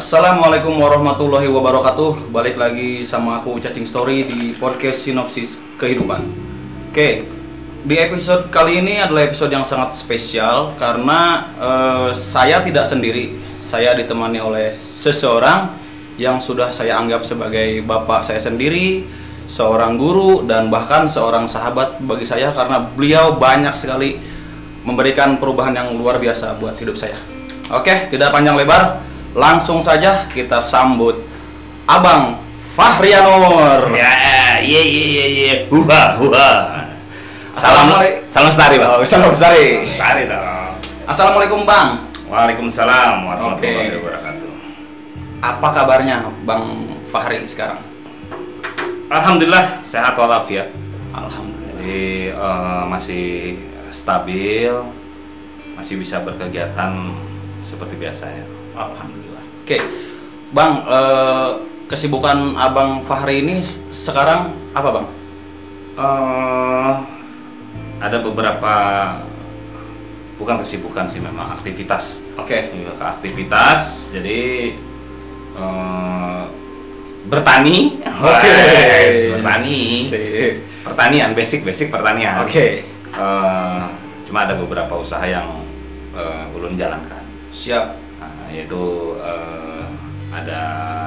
Assalamualaikum warahmatullahi wabarakatuh. Balik lagi sama aku Cacing Story di podcast Sinopsis Kehidupan. Oke, di episode kali ini adalah episode yang sangat spesial karena saya tidak sendiri. Saya ditemani oleh seseorang yang sudah saya anggap sebagai bapak saya sendiri, seorang guru dan bahkan seorang sahabat bagi saya karena beliau banyak sekali memberikan perubahan yang luar biasa buat hidup saya. Oke, tidak panjang lebar, langsung saja kita sambut Abang Fahri Anur. Iya. Salam lestari, Bang. Salam lestari. Lestari dong. Assalamualaikum Bang. Waalaikumsalam warahmatullahi wabarakatuh. Apa kabarnya Bang Fahri sekarang? Alhamdulillah sehat walafiat. Alhamdulillah. Jadi masih stabil, masih bisa berkegiatan seperti biasanya. Alhamdulillah. Oke, Bang, kesibukan Abang Fahri ini sekarang apa, Bang? Ada beberapa, bukan kesibukan sih, memang aktivitas. Oke. Aktivitas, jadi bertani. Oke. Bertani. Pertanian, basic pertanian. Oke. Cuma ada beberapa usaha yang ulun jalankan. Siap. Yaitu ada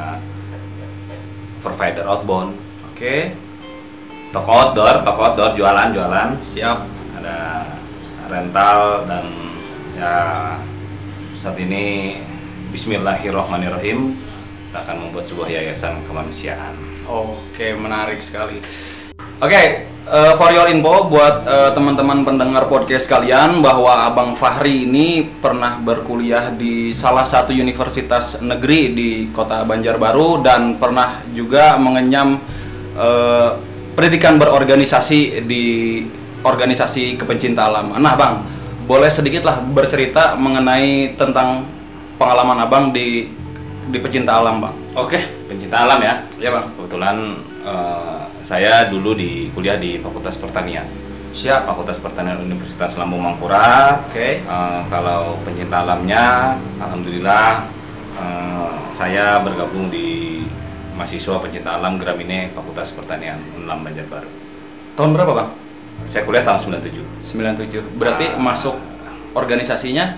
provider outbound. Oke. Toko outdoor jualan. Siap. Ada rental dan ya saat ini bismillahirrahmanirrahim kita akan membuat sebuah yayasan kemanusiaan. Oke, menarik sekali. Oke, for your info buat teman-teman pendengar podcast kalian bahwa Abang Fahri ini pernah berkuliah di salah satu universitas negeri di Kota Banjarbaru dan pernah juga mengenyam pendidikan berorganisasi di organisasi kepencinta alam. Nah, Bang, boleh sedikitlah bercerita mengenai tentang pengalaman Abang di pecinta alam, Bang. Oke, pencinta alam ya. Ya, Bang. Kebetulan saya dulu kuliah di Fakultas Pertanian. Siap. Fakultas Pertanian Universitas Lambung Mangkurat. Oke. Kalau pencinta alamnya, alhamdulillah saya bergabung di mahasiswa pencinta alam Gramine Fakultas Pertanian Unlam Banjarbaru. Tahun berapa, Bang? Saya kuliah tahun 97. 97. Berarti masuk organisasinya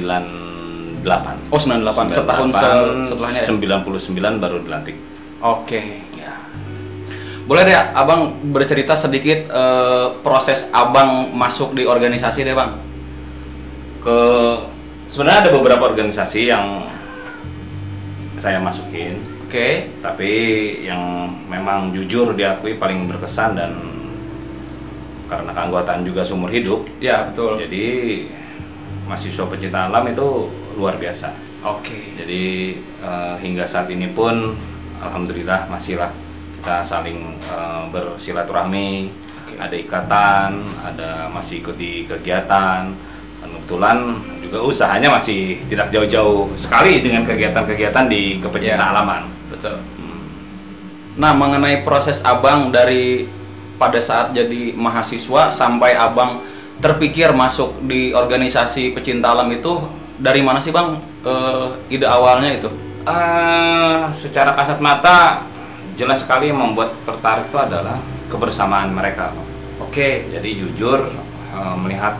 98. Oh, 98. Setahun setelahnya ya? 99 baru dilantik. Oke. Ya. Boleh deh Abang bercerita sedikit proses Abang masuk di organisasi deh, Bang. Sebenarnya ada beberapa organisasi yang saya masukin. Oke. Tapi yang memang jujur diakui paling berkesan dan karena keanggotaan juga seumur hidup. Ya, betul. Jadi mahasiswa pecinta alam itu luar biasa. Oke. Jadi hingga saat ini pun alhamdulillah masihlah kita saling bersilaturahmi, ada ikatan, masih ikut di kegiatan. Dan kebetulan juga usahanya masih tidak jauh-jauh sekali dengan kegiatan-kegiatan di kepencinta alaman. Betul. Nah, mengenai proses Abang dari pada saat jadi mahasiswa sampai Abang terpikir masuk di organisasi pecinta alam itu dari mana sih, Bang? Ide awalnya itu? Secara kasat mata jelas sekali yang membuat tertarik itu adalah kebersamaan mereka. Oke. Jadi jujur melihat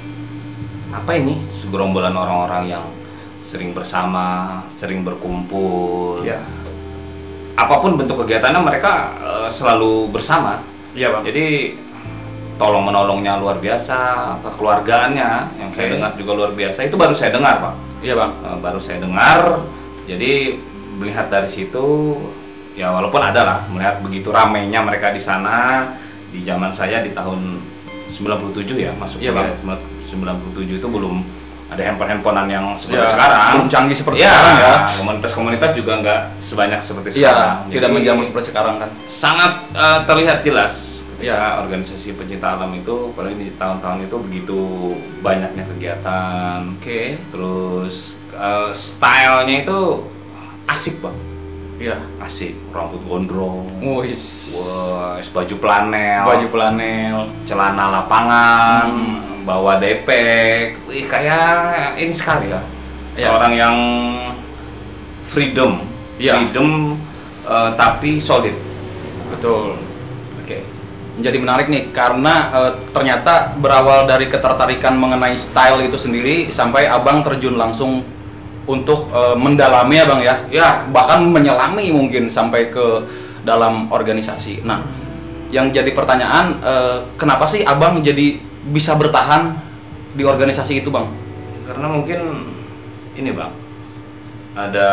apa ini segerombolan orang-orang yang sering bersama, sering berkumpul. Ya. Apapun bentuk kegiatannya mereka selalu bersama. Iya, Bang. Jadi tolong menolongnya luar biasa, kekeluargaannya yang saya dengar juga luar biasa. Itu baru saya dengar, Pak. Iya, Bang. Baru saya dengar. Jadi melihat dari situ, ya walaupun ada lah melihat begitu ramainya mereka di sana di zaman saya di tahun 97 ya masuk kuliah. 97 itu belum ada handphone-handphonean yang seperti sekarang. Belum canggih seperti sekarang ya. Komunitas-komunitas juga nggak sebanyak seperti Iya, sekarang. tidak menjamur seperti sekarang kan. Sangat terlihat jelas ketika organisasi pecinta alam itu, apalagi di tahun-tahun itu begitu banyaknya kegiatan. Oke. Terus stylenya itu asik, Bang. Iya. Asik, rambut gondrong. Wis. Wah, baju planel. Baju planel. Celana lapangan. Bawa depek. Wih, kayak ini sekali ya. Ya. Seorang yang freedom, Iya. freedom tapi solid. Betul. Oke. Menjadi menarik nih karena ternyata berawal dari ketertarikan mengenai style itu sendiri sampai abang terjun langsung untuk mendalami ya bang ya. Ya. Bahkan menyelami mungkin sampai ke dalam organisasi. Nah, yang jadi pertanyaan kenapa sih abang jadi bisa bertahan di organisasi itu bang? Karena mungkin ini bang, ada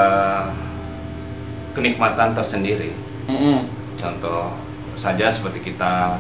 kenikmatan tersendiri. Contoh saja seperti kita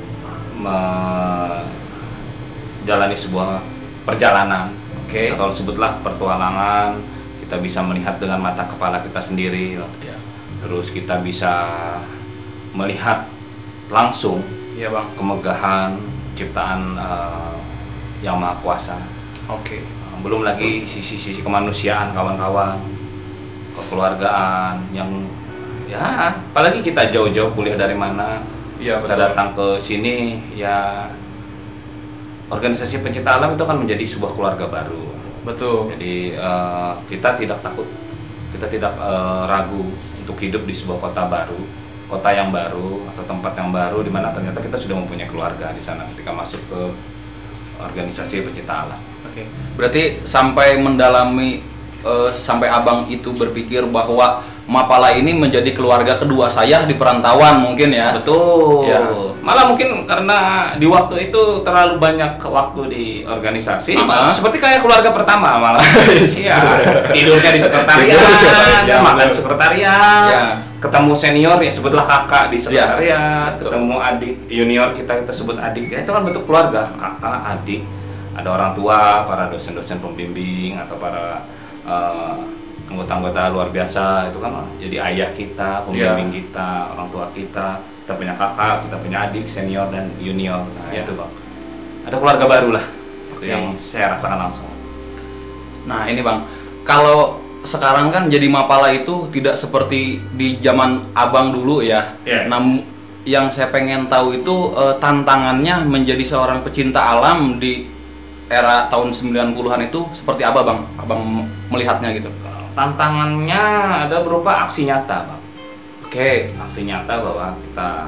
menjalani sebuah perjalanan, Oke. atau sebutlah petualangan, kita bisa melihat dengan mata kepala kita sendiri, Ya. terus kita bisa melihat langsung Iya bang. kemegahan ciptaan yang maha kuasa. Oke. Belum lagi sisi-sisi kemanusiaan kawan-kawan, kekeluargaan yang ya, apalagi kita jauh-jauh kuliah dari mana, Iya kita betul. datang ke sini ya, organisasi pencinta alam itu akan menjadi sebuah keluarga baru. Betul. Jadi kita tidak takut, kita tidak ragu untuk hidup di sebuah kota baru, kota yang baru atau tempat yang baru di mana ternyata kita sudah mempunyai keluarga di sana ketika masuk ke organisasi pencinta alam. Oke. Berarti sampai mendalami sampai abang itu berpikir bahwa Mapala ini menjadi keluarga kedua saya di perantauan mungkin ya. Betul. Ya. Malah mungkin karena di waktu itu terlalu banyak waktu di organisasi, malah seperti kayak keluarga pertama malah. Iya. Tidurnya di sekretariat, Ya, makan betul. sekretariat, Ya. ketemu senior ya sebutlah kakak di sekretariat, betul. ketemu adik junior kita sebut adik. Ya, itu kan bentuk keluarga, kakak, adik. Ada orang tua, para dosen-dosen pembimbing atau para anggota-anggota luar biasa itu kan jadi ayah kita, pembimbing kita, orang tua kita punya kakak, kita punya adik, senior dan junior. Nah itu bang, ada keluarga baru lah, itu yang saya rasakan langsung. Nah ini bang, kalau sekarang kan jadi Mapala itu tidak seperti di zaman abang dulu ya. Yeah. Yang saya pengen tahu itu tantangannya menjadi seorang pecinta alam di era tahun 90-an itu seperti apa bang? Abang melihatnya gitu. Tantangannya ada berupa aksi nyata bang. Oke. Aksi nyata bahwa kita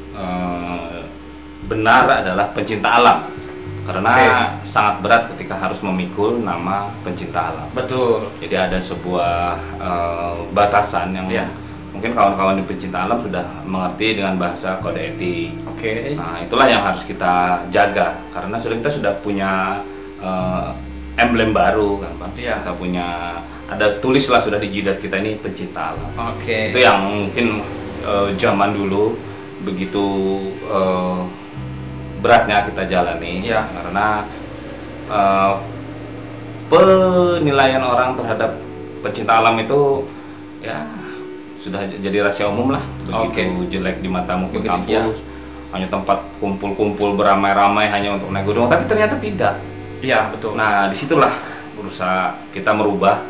benar adalah pencinta alam, karena sangat berat ketika harus memikul nama pencinta alam. Betul. Jadi ada sebuah batasan yang mungkin kawan-kawan di pencinta alam sudah mengerti dengan bahasa kode etik. Oke. Nah itulah yang harus kita jaga, karena kita sudah punya emblem baru kan Pak. Kita punya, ada tulislah sudah di jidat kita ini pencinta alam. Oke. Itu yang mungkin zaman dulu begitu beratnya kita jalani, karena penilaian orang terhadap pencinta alam itu ya sudah jadi rahasia umum lah, begitu jelek di mata mungkin kampus, hanya tempat kumpul-kumpul beramai-ramai hanya untuk naik gunung, tapi ternyata tidak. Iya betul. Nah disitulah berusaha kita merubah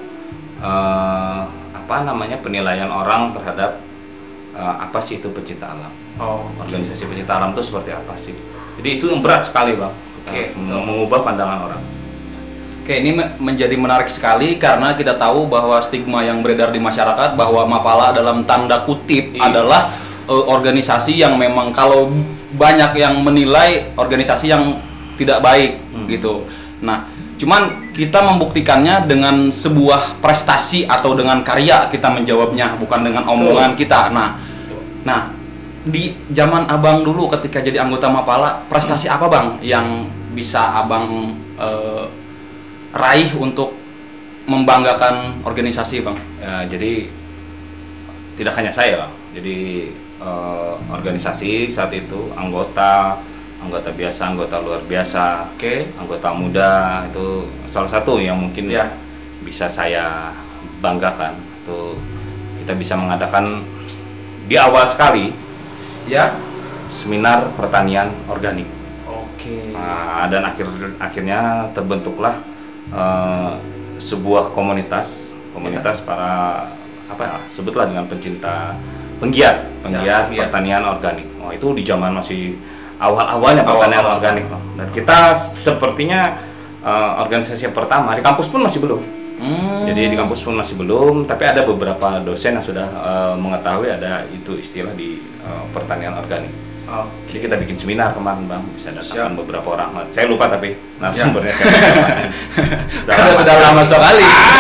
penilaian orang terhadap apa sih itu pencinta alam. Organisasi pencinta alam itu seperti apa sih? Jadi itu yang berat sekali bang. Mengubah pandangan orang. Oke, ini menjadi menarik sekali karena kita tahu bahwa stigma yang beredar di masyarakat bahwa Mapala dalam tanda kutip adalah organisasi yang memang kalau banyak yang menilai organisasi yang tidak baik gitu. Nah, cuman kita membuktikannya dengan sebuah prestasi atau dengan karya kita menjawabnya, bukan dengan omongan kita. Nah, di zaman abang dulu ketika jadi anggota Mapala, prestasi apa bang yang bisa abang raih untuk membanggakan organisasi bang? Ya, jadi tidak hanya saya bang. Jadi organisasi saat itu anggota biasa, anggota luar biasa, anggota muda itu salah satu yang mungkin bisa saya banggakan. Itu kita bisa mengadakan di awal sekali seminar pertanian organik. Nah, dan akhirnya terbentuklah sebuah komunitas para sebutlah dengan penggiat pertanian organik. Itu di zaman masih awal-awalnya pertanian organik, dan kita sepertinya organisasi yang pertama di kampus pun masih belum. Jadi di kampus pun masih belum, tapi ada beberapa dosen yang sudah mengetahui ada itu istilah di pertanian organik. Jadi kita bikin seminar kemarin Bang, bisa datangkan beberapa orang. Saya lupa tapi narasumbernya saya lupa. Sudah lama sekali.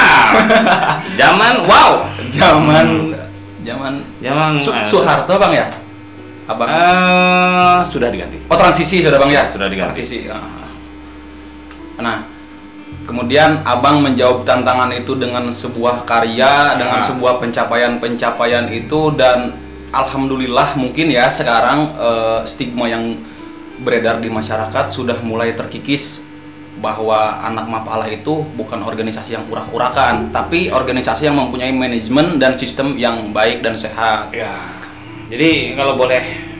Zaman Soeharto Bang ya? Abang sudah diganti. Oh, transisi sudah Bang ya? Sudah diganti. Transisi. Nah, kemudian Abang menjawab tantangan itu dengan sebuah karya, dengan sebuah pencapaian itu, dan alhamdulillah mungkin ya sekarang stigma yang beredar di masyarakat sudah mulai terkikis bahwa anak Mapala itu bukan organisasi yang urak-urakan, tapi organisasi yang mempunyai manajemen dan sistem yang baik dan sehat. Ya. Jadi kalau boleh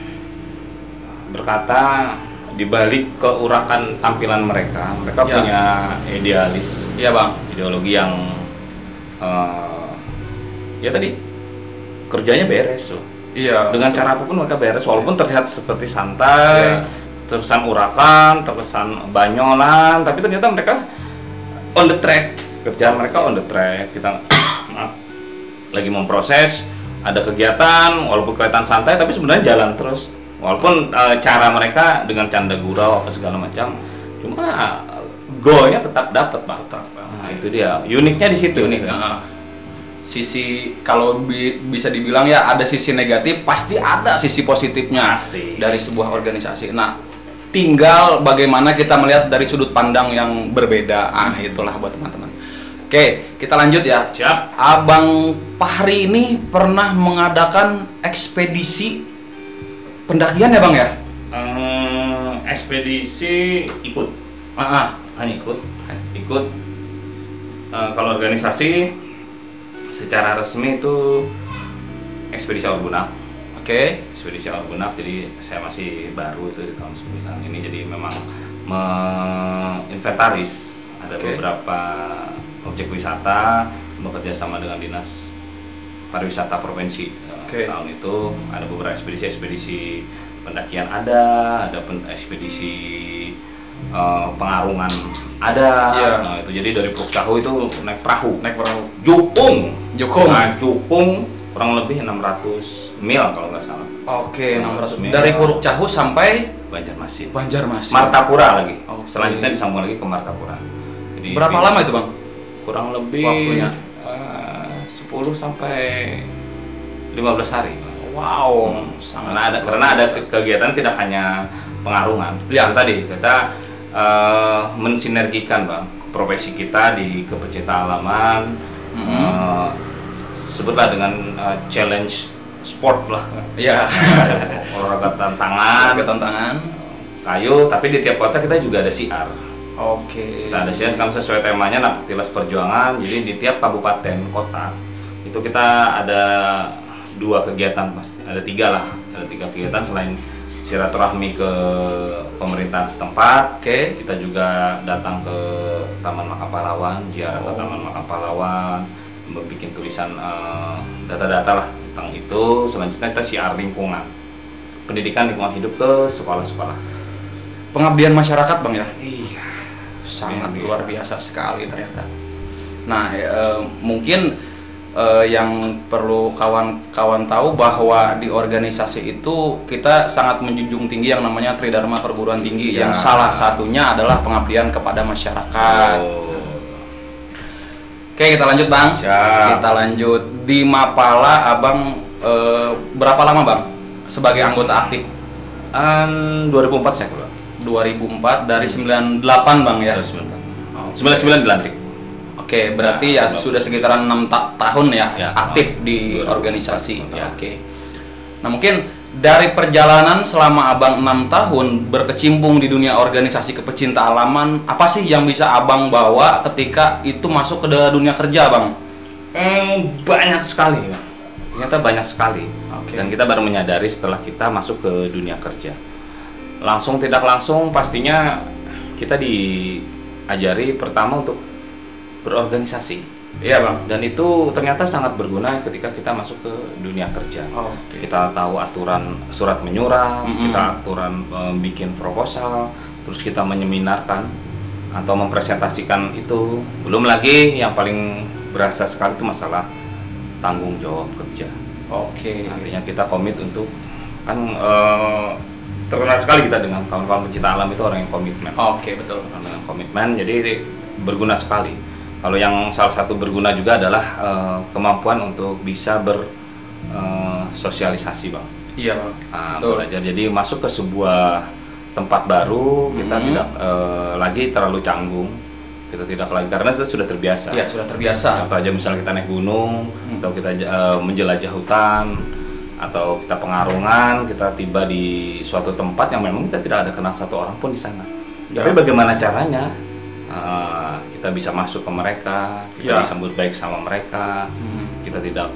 berkata, di balik keurakan tampilan mereka punya idealis. Iya Bang. Ideologi yang ya tadi kerjanya beres loh. Iya. Dengan cara apapun mereka beres, walaupun terlihat seperti santai, terkesan urakan, terkesan banyolan, tapi ternyata mereka on the track. Kerjaan mereka on the track. Kita lagi memproses, ada kegiatan, walaupun kelihatan santai, tapi sebenarnya jalan terus. Walaupun cara mereka dengan canda gurau apa segala macam, cuma goalnya tetap dapat Bang. Nah, itu dia uniknya di situ. Unik. Sisi kalau bisa dibilang ya ada sisi negatif, pasti ada sisi positifnya dari sebuah organisasi. Nah, tinggal bagaimana kita melihat dari sudut pandang yang berbeda. Itulah buat teman-teman. Oke, kita lanjut ya. Siap. Abang Fahri ini pernah mengadakan ekspedisi pendakian ya Bang ya? Ekspedisi ikut. Ikut. Kalau organisasi secara resmi itu ekspedisi Orbunak. Ekspedisi Orbunak. Jadi saya masih baru itu di tahun 9 ini. Jadi memang menginventaris ada beberapa objek wisata, bekerja sama dengan Dinas Pariwisata Provinsi. Tahun itu ada beberapa ekspedisi pendakian ada ekspedisi pengarungan ada. Nah, itu jadi dari Puruk Cahu itu naik perahu. Jukung. Nah, Jukung kurang lebih 600 mil kalau nggak salah. 600 mil. Dari Puruk Cahu sampai Banjarmasin. Martapura lagi. Selanjutnya disambung lagi ke Martapura. Jadi berapa lama itu Bang? Kurang lebih waktunya 10 sampai 15 hari. Wow. Karena ada kegiatan tidak hanya pengarungan. Itu tadi kita mensinergikan Bang profesi kita di kepecinta alaman, sebutlah dengan challenge sport lah. Olahraga tantangan, kayu, tapi di tiap kota kita juga ada siar. Kita ada siar kan sesuai temanya Napaktilas Perjuangan. Jadi di tiap kabupaten kota itu kita ada 2 kegiatan, ada 3 kegiatan selain silaturahmi ke pemerintahan setempat. Kita juga datang ke Taman Makam Pahlawan, ziarah ke Taman Makam Pahlawan, membuat tulisan data-data lah tentang itu. Selanjutnya kita siar lingkungan, pendidikan lingkungan hidup ke sekolah-sekolah. Pengabdian masyarakat Bang ya? Iya. Sangat luar biasa sekali ternyata. Nah, mungkin yang perlu kawan-kawan tahu bahwa di organisasi itu kita sangat menjunjung tinggi yang namanya Tridharma Perguruan Tinggi, yang salah satunya adalah pengabdian kepada masyarakat. Oke, kita lanjut Bang. Kita lanjut di Mapala. Abang berapa lama Bang sebagai anggota aktif? 2004 saya keluar. 2004 dari 98 Bang ya? 99 dilantik. Berarti ya sudah sekitaran 6 tahun ya aktif di organisasi. Nah, mungkin dari perjalanan selama Abang 6 tahun berkecimpung di dunia organisasi kepecinta alaman, apa sih yang bisa Abang bawa ketika itu masuk ke dunia kerja Bang? Banyak sekali. Ternyata banyak sekali. Dan kita baru menyadari setelah kita masuk ke dunia kerja. Langsung tidak langsung pastinya kita diajari pertama untuk berorganisasi. Bang. Dan itu ternyata sangat berguna ketika kita masuk ke dunia kerja. Kita tahu aturan surat menyurat, kita aturan bikin proposal, terus kita menyeminarkan atau mempresentasikan itu. Belum lagi yang paling berasa sekali itu masalah tanggung jawab kerja. Oke. Artinya kita komit untuk kan terkenal sekali kita dengan kawan-kawan pencinta alam itu orang yang komitmen. Oke, betul. Orang dengan komitmen, jadi berguna sekali. Kalau yang salah satu berguna juga adalah kemampuan untuk bisa bersosialisasi, Bang. Iya, Bang. Belajar. Jadi masuk ke sebuah tempat baru, kita tidak lagi terlalu canggung, kita tidak lagi karena kita sudah terbiasa. Iya, sudah terbiasa. Contoh aja misalnya kita naik gunung, atau kita menjelajah hutan, atau kita pengarungan, kita tiba di suatu tempat yang memang kita tidak ada kenal satu orang pun di sana. Ya. Tapi bagaimana caranya kita bisa masuk ke mereka, kita disambut baik sama mereka, kita tidak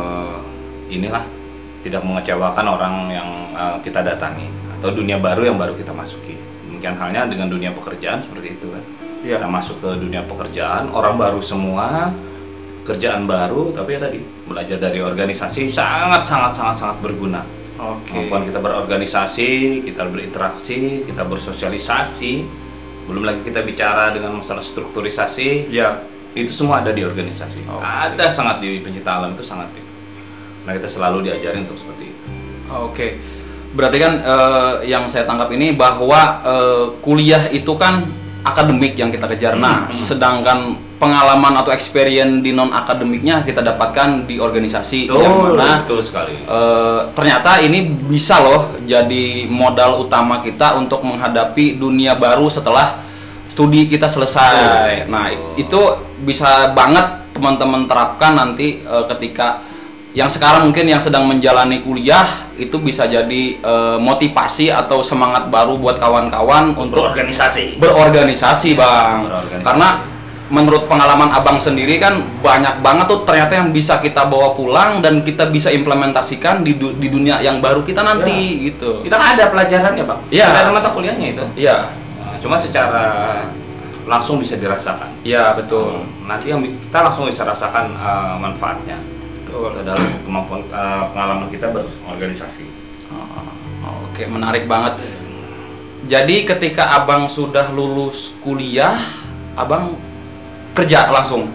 tidak mengecewakan orang yang kita datangi, atau dunia baru yang baru kita masuki. Demikian halnya dengan dunia pekerjaan seperti itu kan. Ya. Kita masuk ke dunia pekerjaan, orang baru semua, kerjaan baru, tapi ya tadi belajar dari organisasi sangat berguna. Kemampuan kita berorganisasi, kita berinteraksi, kita bersosialisasi, belum lagi kita bicara dengan masalah strukturisasi. Ya. Itu semua ada di organisasi. Ada sangat di pencinta alam itu sangat. Nah, kita selalu diajarin untuk seperti itu. Oke. Berarti kan yang saya tangkap ini bahwa kuliah itu kan akademik yang kita kejar. Nah, sedangkan pengalaman atau experience di non akademiknya kita dapatkan di organisasi. Yang mana betul sekali. Ternyata ini bisa loh jadi modal utama kita untuk menghadapi dunia baru setelah studi kita selesai. Nah, itu bisa banget teman-teman terapkan nanti ketika yang sekarang mungkin yang sedang menjalani kuliah itu bisa jadi motivasi atau semangat baru buat kawan-kawan untuk berorganisasi, Bang. Karena menurut pengalaman Abang sendiri kan banyak banget tuh ternyata yang bisa kita bawa pulang dan kita bisa implementasikan di dunia yang baru kita nanti gitu. Kita ada pelajarannya, Bang. Iya. Ada mata kuliahnya itu. Iya. Cuma secara langsung bisa dirasakan. Iya, betul. Nanti yang kita langsung bisa rasakan manfaatnya. Itu adalah kemampuan pengalaman kita berorganisasi. Oke, menarik banget. Jadi ketika Abang sudah lulus kuliah, Abang kerja langsung?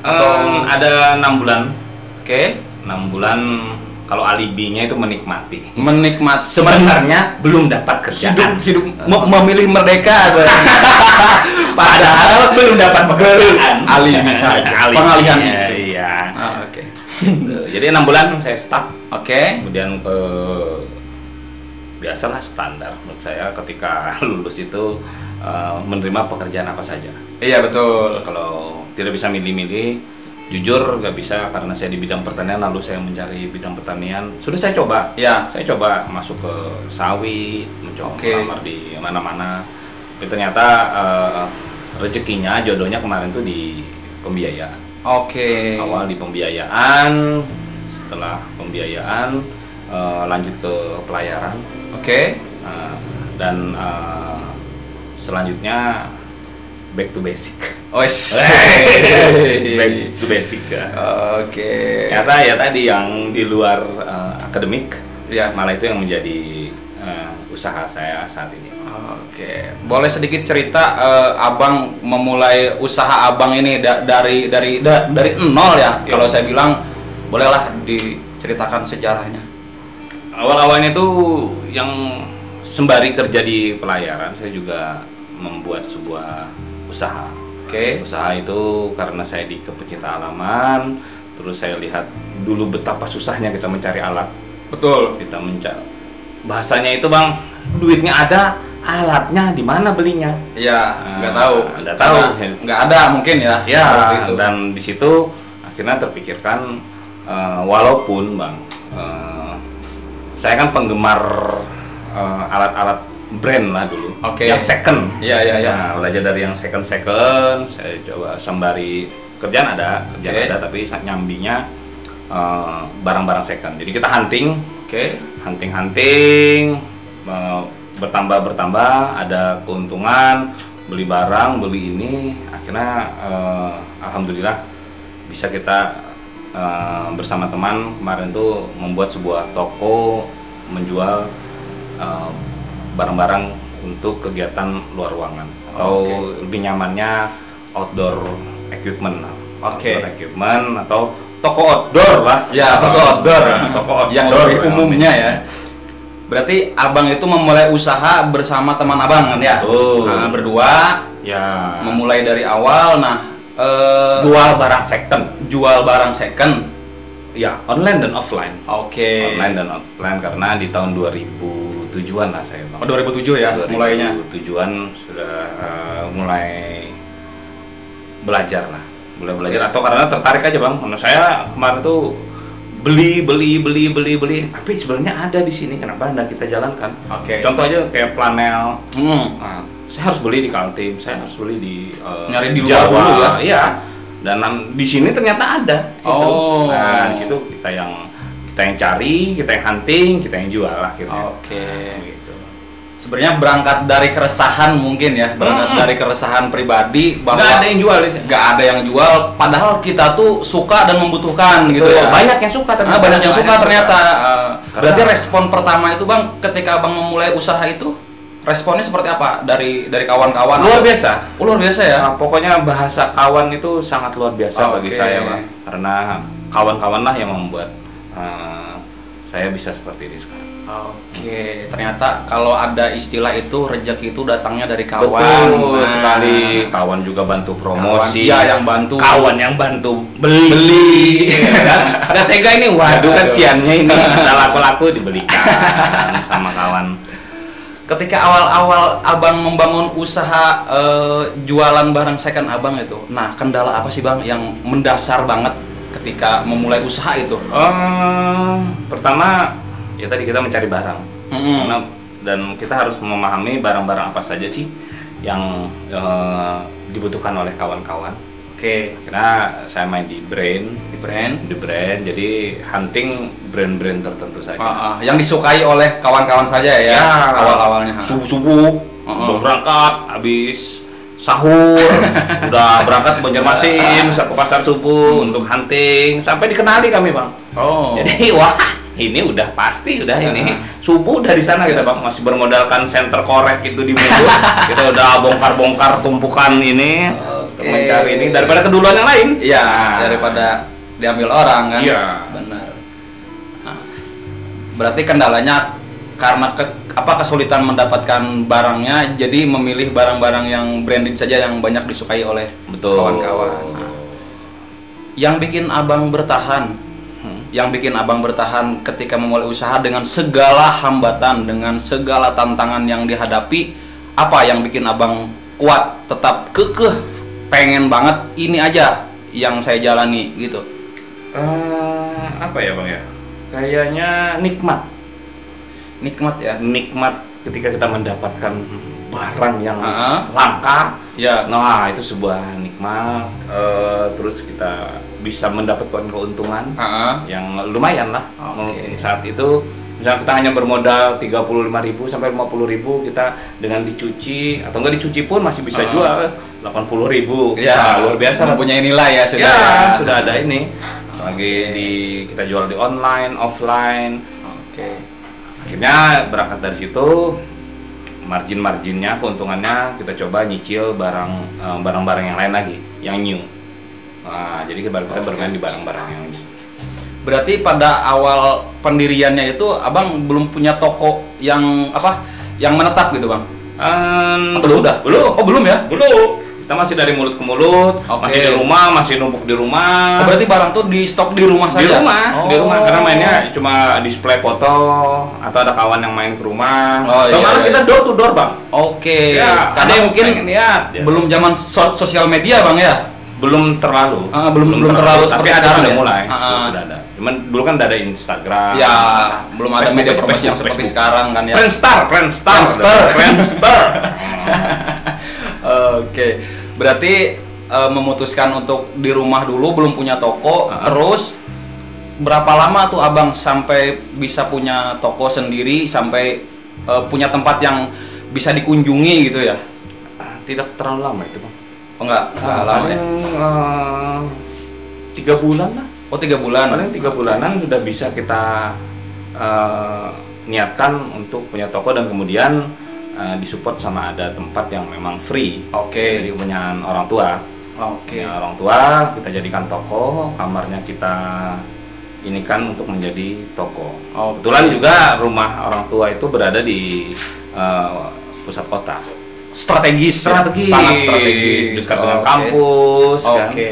Ada 6 bulan. Oke. 6 bulan. Kalau alibinya itu menikmati. Sebenarnya belum dapat kerjaan. Hidup memilih merdeka. Padahal belum dapat pekerjaan. Alibi saja. Pengalihan isu. Iya. Oke. Jadi 6 bulan saya stuck. Oke. Kemudian biasalah standar menurut saya ketika lulus itu menerima pekerjaan apa saja. Iya, betul. Kalau tidak bisa milih-milih, jujur nggak bisa karena saya di bidang pertanian, lalu saya mencari bidang pertanian. Sudah saya coba. Ya. Saya coba masuk ke sawit, mencoba melamar di mana-mana. Tapi ternyata rezekinya, jodohnya kemarin tuh di pembiayaan. Oke. Awal di pembiayaan, setelah pembiayaan lanjut ke pelayaran. Oke. Dan selanjutnya back to basic. Back to basic ya. Oke. Ternyata ya tadi yang di luar akademik, ya. malah itu yang menjadi usaha saya saat ini. Oke, boleh sedikit cerita Abang memulai usaha Abang ini dari nol ya? Kalau saya bilang, bolehlah diceritakan sejarahnya. Awal-awalnya tuh yang sembari kerja di pelayaran, saya juga membuat sebuah usaha. Oke. Usaha itu karena saya di kepecinta alaman, terus saya lihat dulu betapa susahnya kita mencari alat. Betul. Kita mencari, bahasanya itu Bang, duitnya ada, alatnya di mana belinya? Iya, nggak tahu. Nggak tahu. Nggak ada mungkin ya. Ya, dan di situ akhirnya terpikirkan, walaupun Bang, saya kan penggemar alat-alat brand lah dulu. Yang second. Iya. Nah, belajar dari yang second, saya coba sembari kerjaan ada, tapi nyambinya barang-barang second. Jadi kita hunting, hunting, bertambah, ada keuntungan, beli barang, beli ini, akhirnya alhamdulillah bisa kita bersama teman kemarin tuh membuat sebuah toko menjual barang-barang untuk kegiatan luar ruangan atau lebih nyamannya outdoor equipment. Outdoor equipment atau toko outdoor lah. Ya, toko outdoor. Toko outdoor yang lebih umumnya ya. Berarti abang itu memulai usaha bersama teman abang kan ya? Nah, berdua. Ya. Memulai dari awal. Nah, jual barang second. Jual barang second. Ya, online dan offline. Online dan offline karena di tahun 2007-an lah saya, Bang. 2007 ya mulainya. 2007-an sudah mulai belajar lah. Mulai belajar atau karena tertarik aja, Bang. Menurut saya kemarin tuh beli, tapi sebenarnya ada di sini, kenapa enggak kita jalankan? Contoh aja kayak planel. Nah, saya harus beli di Kaltim, saya harus beli di nyari di luar dulu ya. Iya. Dan di sini ternyata ada. Gitu. Nah, di situ kita yang cari, kita yang hunting, kita yang jual akhirnya. Gitu. Sebenarnya berangkat dari keresahan mungkin ya, dari keresahan pribadi bahwa nggak ada yang jual, nggak ada yang jual, padahal kita tuh suka dan membutuhkan gitu ya. Banyak yang suka ternyata. Banyak yang suka ternyata. Berarti respon pertama itu Bang, ketika Bang memulai usaha itu, responnya seperti apa dari kawan-kawan? Luar biasa. Luar biasa ya. Nah, pokoknya bahasa kawan itu sangat luar biasa bagi saya, Bang. Karena kawan-kawan lah yang membuat saya bisa seperti ini sekarang. Ternyata kalau ada istilah itu rezeki itu datangnya dari kawan. Betul sekali. Kawan juga bantu promosi. Iya, yang bantu. Kawan yang bantu beli. Kan? Nggak tega ini, waduh kasihannya ini. Kita laku-laku dibelikan sama kawan. Ketika awal-awal abang membangun usaha jualan barang second abang itu, nah kendala apa sih Bang yang mendasar banget ketika memulai usaha itu? Pertama ya tadi kita mencari barang, dan kita harus memahami barang-barang apa saja sih yang dibutuhkan oleh kawan-kawan. Karena saya main di brand, jadi hunting brand-brand tertentu saja. Yang disukai oleh kawan-kawan saja ya, awal-awalnya. Subuh-subuh, belum berangkat, habis sahur, udah berangkat ke Banjarmasin, bisa ke pasar subuh untuk hunting, sampai dikenali kami Bang. Jadi wah ini udah pasti ini subuh udah di sana kita Bang, masih bermodalkan senter korek itu di mulut. Kita udah bongkar-bongkar tumpukan ini. Mencari ini daripada keduluan yang lain. Iya, daripada diambil orang kan. Iya, benar. Nah, berarti kendalanya karena kesulitan mendapatkan barangnya, jadi memilih barang-barang yang branded saja yang banyak disukai oleh kawan-kawan. Nah, yang bikin abang bertahan, ketika memulai usaha dengan segala hambatan, dengan segala tantangan yang dihadapi, apa yang bikin abang kuat, tetap kekeh? Pengen banget ini aja yang saya jalani gitu. Apa ya Bang ya? Kayaknya nikmat ya. Nikmat ketika kita mendapatkan barang yang langka. Ya. Nah itu sebuah nikmat. Terus kita bisa mendapatkan keuntungan yang lumayan lah. Saat itu misalnya kita hanya bermodal 35.000 sampai 50.000, kita dengan dicuci atau enggak dicuci pun masih bisa jual 80.000. Ya, luar biasa, mempunyai nilai ya sudah ada ini. Lagi kita jual di online, offline. Akhirnya berangkat dari situ, marginnya, keuntungannya kita coba nyicil barang-barang yang lain lagi, yang new. Nah, jadi kita bermain di barang-barang yang new. Berarti pada awal pendiriannya itu abang belum punya toko yang menetap gitu Bang? Atau sudah? Belum. Belum ya? Belum. Kita masih dari mulut ke mulut, masih di rumah, masih numpuk di rumah. Berarti barang tuh di stok di rumah saja? Di rumah, karena mainnya cuma display foto atau ada kawan yang main ke rumah. Malah kita door to door Bang. Ya, karena mungkin belum zaman sosial media Bang ya? Belum terlalu. Belum terlalu tapi seperti ada sekarang sudah ya? mulai. Sudah ada. Cuman dulu kan ada Instagram. Ya, belum ada media promosi yang seperti sekarang kan ya. Friendster. Berarti memutuskan untuk di rumah dulu, belum punya toko. Terus berapa lama tuh abang sampai bisa punya toko sendiri, sampai punya tempat yang bisa dikunjungi gitu ya? Tidak terlalu lama itu Bang. Enggak lama ya? 3 bulan lah. 3 bulan? Paling 3 bulanan sudah bisa kita niatkan untuk punya toko, dan kemudian disupport sama ada tempat yang memang free. Oke. Jadi punya orang tua. Oke. Punya orang tua kita jadikan toko, kamarnya kita ini kan untuk menjadi toko. Kebetulan juga rumah orang tua itu berada di pusat kota. Strategis, sangat strategis, dekat dengan kampus. Oke.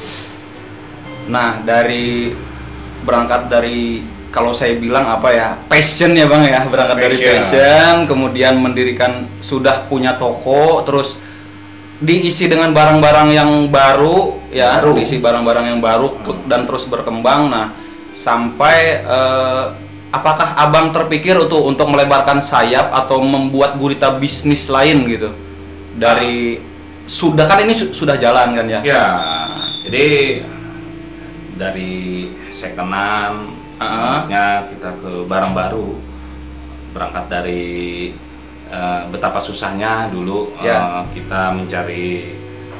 Nah, berangkat dari kalau saya bilang apa ya, passion ya Bang ya, berangkat dari passion, kemudian mendirikan, sudah punya toko, terus diisi dengan barang-barang yang baru ya, diisi barang-barang yang baru dan terus berkembang. Nah, sampai apakah Abang terpikir untuk melebarkan sayap atau membuat gurita bisnis lain gitu? Dari sudah kan ini sudah jalan kan ya? Ya, jadi dari secondan, selanjutnya kita ke barang baru. Berangkat dari betapa susahnya dulu kita mencari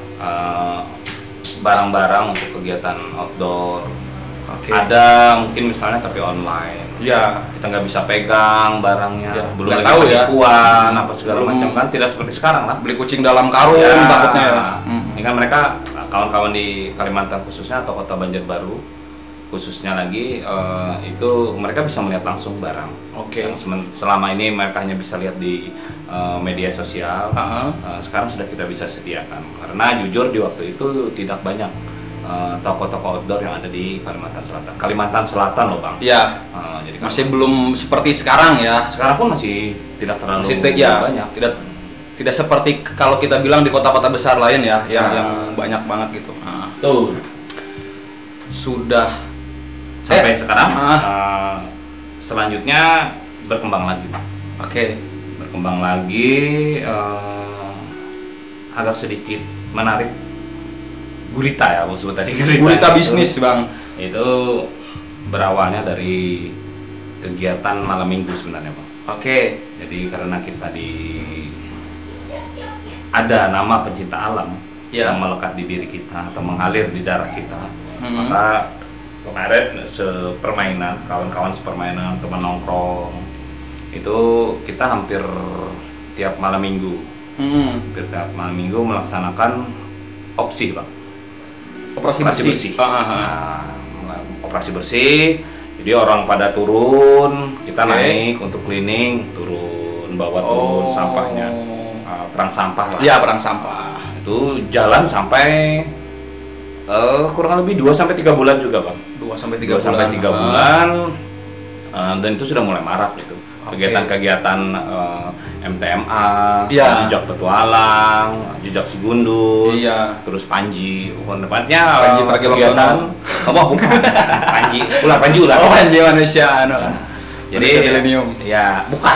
barang-barang untuk kegiatan outdoor. Ada mungkin misalnya tapi online. Ya. Kita nggak bisa pegang barangnya, belum lagi tahu ya, penipuan apa segala macam kan, tidak seperti sekarang lah. Beli kucing dalam karung takutnya ya. Ini kan mereka kawan-kawan di Kalimantan khususnya atau Kota Banjarbaru khususnya lagi itu mereka bisa melihat langsung barang. Selama ini mereka hanya bisa lihat di media sosial. Sekarang sudah kita bisa sediakan karena jujur di waktu itu tidak banyak toko-toko outdoor yang ada di Kalimantan Selatan loh Bang. Iya. Jadi masih belum seperti sekarang ya. Sekarang pun masih tidak terlalu banyak. Tidak seperti kalau kita bilang di kota-kota besar lain ya, yang banyak banget gitu. Tuh. Sudah sampai sekarang selanjutnya berkembang lagi. Berkembang lagi agak sedikit menarik. Gurita ya, aku sebut tadi gurita bisnis Bang. Itu berawalnya dari kegiatan malam minggu sebenarnya Bang. Jadi karena kita ada nama pencinta alam yang melekat di diri kita atau mengalir di darah kita, maka kemarin kawan-kawan sepermainan, teman nongkrong itu kita hampir tiap malam minggu, melaksanakan opsi Bang. Operasi bersih. Operasi bersih. Jadi orang pada turun, kita naik untuk cleaning, turun sampahnya. Perang sampah lah. Iya, perang sampah. Itu jalan sampai kurang lebih 2-3 bulan juga Bang. 2-3 bulan. Dan itu sudah mulai marak gitu. Kegiatan-kegiatan MTMA, jejak petualang, jejak si gundul, terus Panji, tempatnya kegiatan bukan Panji ular. Panji manusia jadi ya bukan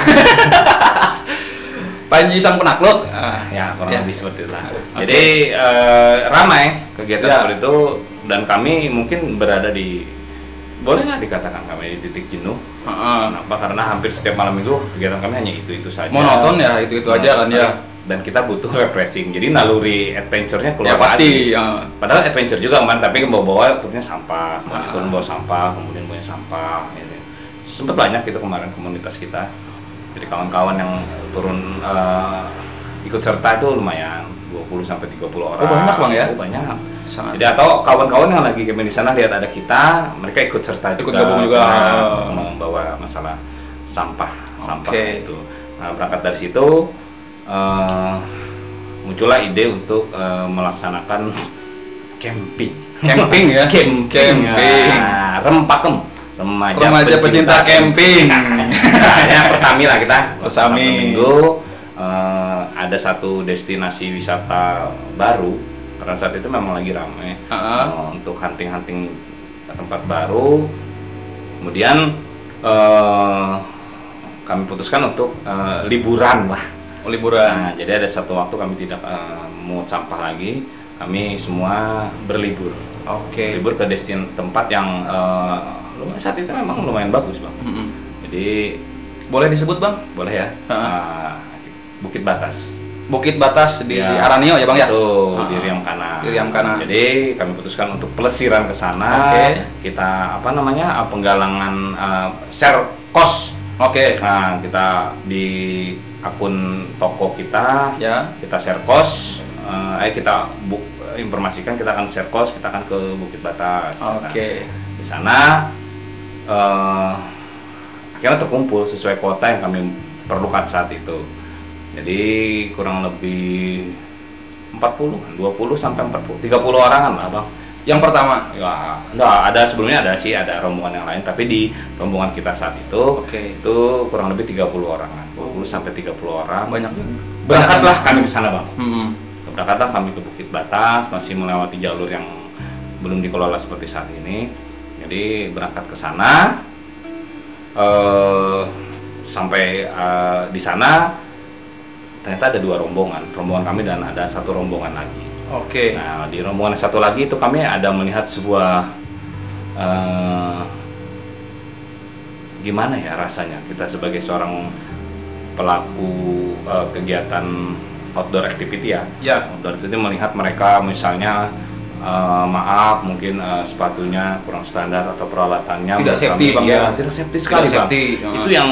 Panji sang penakluk ya kurang lebih seperti itu lah. Jadi ramai kegiatan seperti itu dan kami mungkin berada di, bolehlah dikatakan kami di titik jenuh. Kenapa? Karena hampir setiap malam minggu kegiatan kami hanya itu saja. Monoton ya, itu aja kan ya. Dan kita butuh refreshing. Jadi naluri adventure-nya keluar. Ya pasti. Padahal adventure juga kan, tapi bawa-bawa turunnya sampah, turun bawa sampah, kemudian punya sampah. Gitu. Sempat banyak itu kemarin komunitas kita. Jadi kawan-kawan yang turun ikut serta itu lumayan 20-30 orang. Banyak Bang ya? Banyak. Jadi atau kawan-kawan yang lagi di sana lihat ada kita, mereka ikut serta gabung juga membawa masalah sampah itu. Nah, berangkat dari situ muncullah ide untuk melaksanakan camping ya. Camping. Remaja pecinta camping. Ya persami lah kita. Persami. Minggu ada satu destinasi wisata baru. Karena saat itu memang lagi ramai untuk hunting tempat baru. Kemudian kami putuskan untuk liburan lah. Liburan. Nah, jadi ada satu waktu kami tidak mungut sampah lagi. Kami semua berlibur. Libur ke tempat yang saat itu memang lumayan bagus Bang. Jadi boleh disebut Bang? Boleh ya. Bukit Batas di Aranio ya Bang ya? Di Riam Kana. Jadi kami putuskan untuk pelesiran ke sana. Kita penggalangan share cost. Nah, kita akun toko kita, Ya. kita share cost, kita informasikan kita akan share cost, kita akan ke Bukit Batas. Oke. Nah, di sana akhirnya terkumpul sesuai kuota yang kami perlukan saat itu. Jadi kurang lebih 20 sampai 30 orangan lah bang. Yang pertama. Ya, enggak, ada sebelumnya ada rombongan yang lain, tapi di rombongan kita saat itu, Oke. itu kurang lebih 30 orangan, 20 sampai 30 orang. Banyak. Berangkatlah kami ke sana bang. Hmm. Berangkatlah kami ke Bukit Batas, masih melewati jalur yang belum dikelola seperti saat ini. Jadi berangkat ke sana, sampai di sana ternyata ada 2 rombongan kami dan ada 1 rombongan lagi. Oke. Nah, di rombongan 1 lagi itu kami ada melihat sebuah gimana ya rasanya kita sebagai seorang pelaku kegiatan outdoor activity ya. Ya. Outdoor activity melihat mereka misalnya maaf mungkin sepatunya kurang standar atau peralatannya Tidak menurut safety, kami, Bang, ya, ya. tidak safety sekali Tidak Bang. safety. Itu yang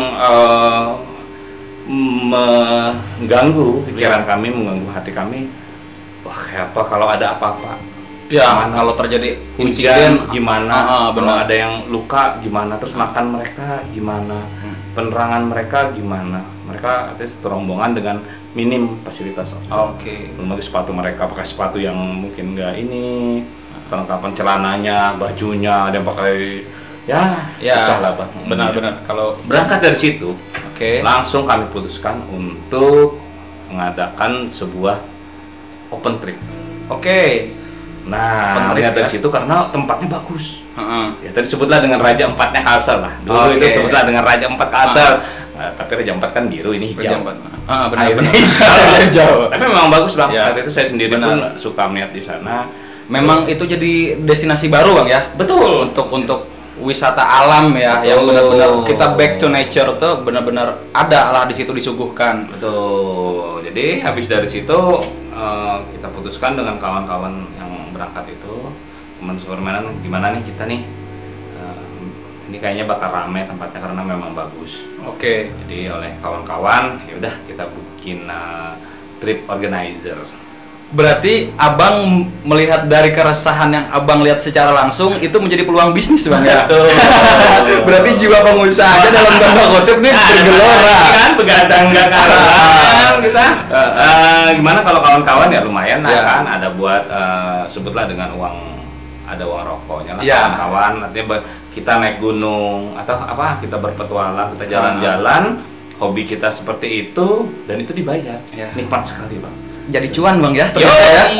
mengganggu pikiran kami, mengganggu hati kami. Wah, kayak apa kalau ada apa-apa? Ya, Gimana? kalau terjadi Hujan insiden gimana? Kalau benar. ada yang luka gimana? Terus makan mereka gimana? Penerangan mereka gimana? Mereka artinya satu rombongan dengan minim fasilitas. Oke. Belum lagi sepatu mereka pakai sepatu yang mungkin enggak ini, perlengkapan celananya, bajunya, ada yang pakai ya, susah lah Bang. Benar-benar. Kalau Berangkat dari situ, Oke. langsung kami putuskan untuk mengadakan sebuah open trip. Oke. Nah, Open trip, melihat dari ya. situ karena tempatnya bagus. Heeh. Ya tadi sebutlah dengan Raja Empatnya Kalsel lah. Dulu Oke. itu sebutlah dengan Raja Empat Kalsel. Nah, tapi Raja Empat kan biru, ini hijau. Benar. Airnya hijau. Tapi memang bagus Bang. Ya. Saat itu saya sendiri Benar. pun suka melihat di sana. Memang itu jadi destinasi baru, Bang ya. Betul. Untuk wisata alam ya, yang Betul. benar-benar kita back to nature tuh benar-benar ada lah di situ disuguhkan. Betul. Jadi habis dari situ kita putuskan dengan kawan-kawan yang berangkat itu, teman permainan, gimana nih kita nih? Ini kayaknya bakal ramai tempatnya karena memang bagus. Oke. Jadi oleh kawan-kawan, ya udah kita bikin trip organizer. Berarti Abang melihat dari keresahan yang Abang lihat secara langsung itu menjadi peluang bisnis, Bang ya. Betul. Berarti jiwa pengusahanya dalam tanda kutip nih bergelora. Kan begadang nggak karuan kita. Gimana kalau kawan-kawan ya lumayan lah Ya. kan, ada buat sebutlah dengan ada uang rokoknya lah Ya. kawan-kawan. Artinya kita naik gunung atau apa, kita berpetualang, kita jalan-jalan, hobi kita seperti itu dan itu dibayar. Ya. Nikmat sekali Bang. Jadi cuan, Bang ya. Yo, Ternyata ya.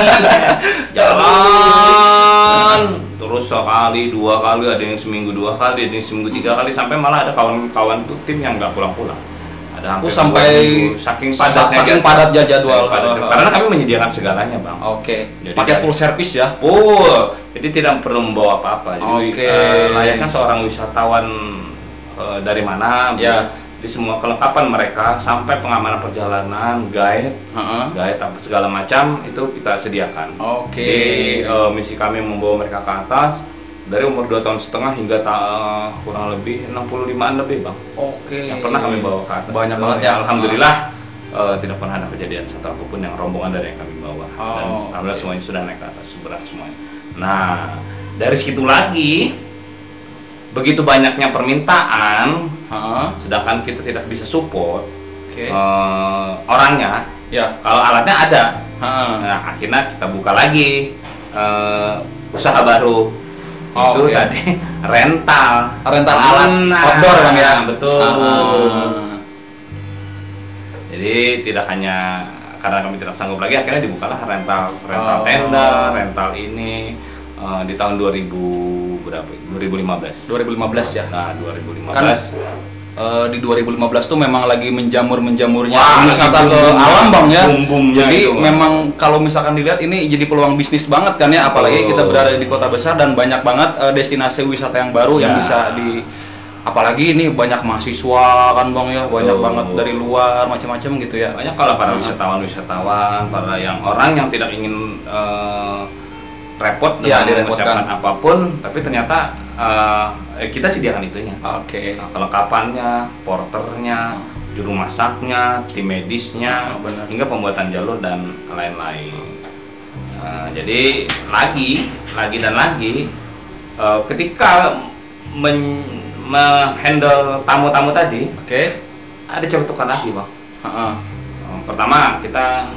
jalan terus sekali, 2 kali, ada yang seminggu 2 kali, ada yang seminggu 3 kali, sampai malah ada kawan-kawan tuh tim yang nggak pulang-pulang. Ada hampir Sampai 2 minggu. Saking padatnya saking padatnya jadwal. Saking padatnya. Karena kami menyediakan segalanya Bang. Oke. Jadi Paket dari- full service ya. Full, jadi tidak perlu membawa apa-apa. Jadi Oke. layaknya seorang wisatawan dari mana, Ya. Jadi semua kelengkapan mereka sampai pengamanan perjalanan, guide, Heeh. apa segala macam itu kita sediakan. Oke. Jadi misi kami membawa mereka ke atas dari umur 2,5 tahun hingga kurang lebih 65-an lebih Bang. Oke. Yang pernah kami bawa ke atas. Banyak Itu, banget ya. Alhamdulillah tidak pernah ada kejadian satu apapun yang rombongan dari yang kami bawa. Dan Oh, alhamdulillah oke. semuanya sudah naik ke atas seberang semuanya. Nah, dari situ lagi begitu banyaknya permintaan, Heeh. sedangkan kita tidak bisa support Oke. orangnya. Ya. Kalau alatnya ada, Heeh. nah akhirnya kita buka lagi usaha baru. Itu Oke. tadi rental Alat Nah, outdoor, Bang ya. betul. Ah. Jadi tidak hanya karena kami tidak sanggup lagi, akhirnya dibukalah rental Oh. tenda, rental ini di tahun 2015. 2015 ya. Nah, 2015. Kan di 2015 tuh memang lagi menjamur-menjamurnya Wah, wisata lagi ke boom-boomnya. alam, Bang ya. Boom-boomnya Jadi itu, Bang. memang kalau misalkan dilihat ini jadi peluang bisnis banget kan ya, apalagi Betul. kita berada di kota besar dan banyak banget destinasi wisata yang baru yang Ya. bisa apalagi ini banyak mahasiswa kan, Bang ya, banyak Betul. banget dari luar macam-macam gitu ya. Banyak kalau para wisatawan, para orang yang tidak ingin repot Ya, dengan direpotkan. mempersiapkan apapun, tapi ternyata kita sediakan itunya. Oke. Nah, kelengkapannya, porternya, juru masaknya, tim medisnya, Benar. hingga pembuatan jalur dan lain-lain. Jadi lagi dan lagi ketika menghandle tamu-tamu tadi, Oke. ada celutukan lagi, Bang. Heeh. Pertama kita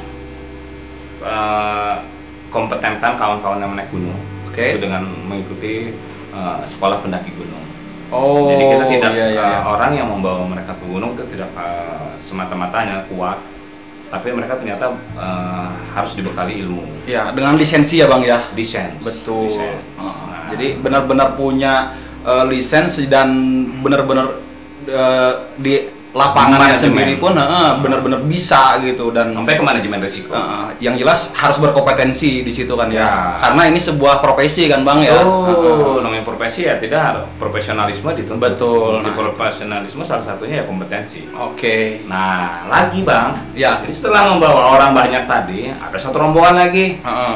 kompetenkan kawan-kawan yang menaik gunung, Oke. itu dengan mengikuti sekolah pendaki gunung. Oh. Jadi kita tidak iya. orang yang membawa mereka ke gunung itu tidak semata-matanya kuat, tapi mereka ternyata harus dibekali ilmu, Ya, dengan lisensi ya Bang ya. lisens. Betul. Lisens. Nah, jadi benar-benar punya lisensi dan benar-benar di lapangannya Manajemen. sendiri pun benar-benar bisa gitu dan sampai ke manajemen risiko. yang jelas harus berkompetensi di situ kan ya. Ya. Karena ini sebuah profesi kan Bang ya. Namanya profesi ya tidak harus profesionalisme dituntut. Betul. Di Nah. profesionalisme salah satunya ya kompetensi. Oke. Nah, lagi Bang. Ya. Jadi setelah membawa orang banyak tadi, ada satu rombongan lagi. Heeh.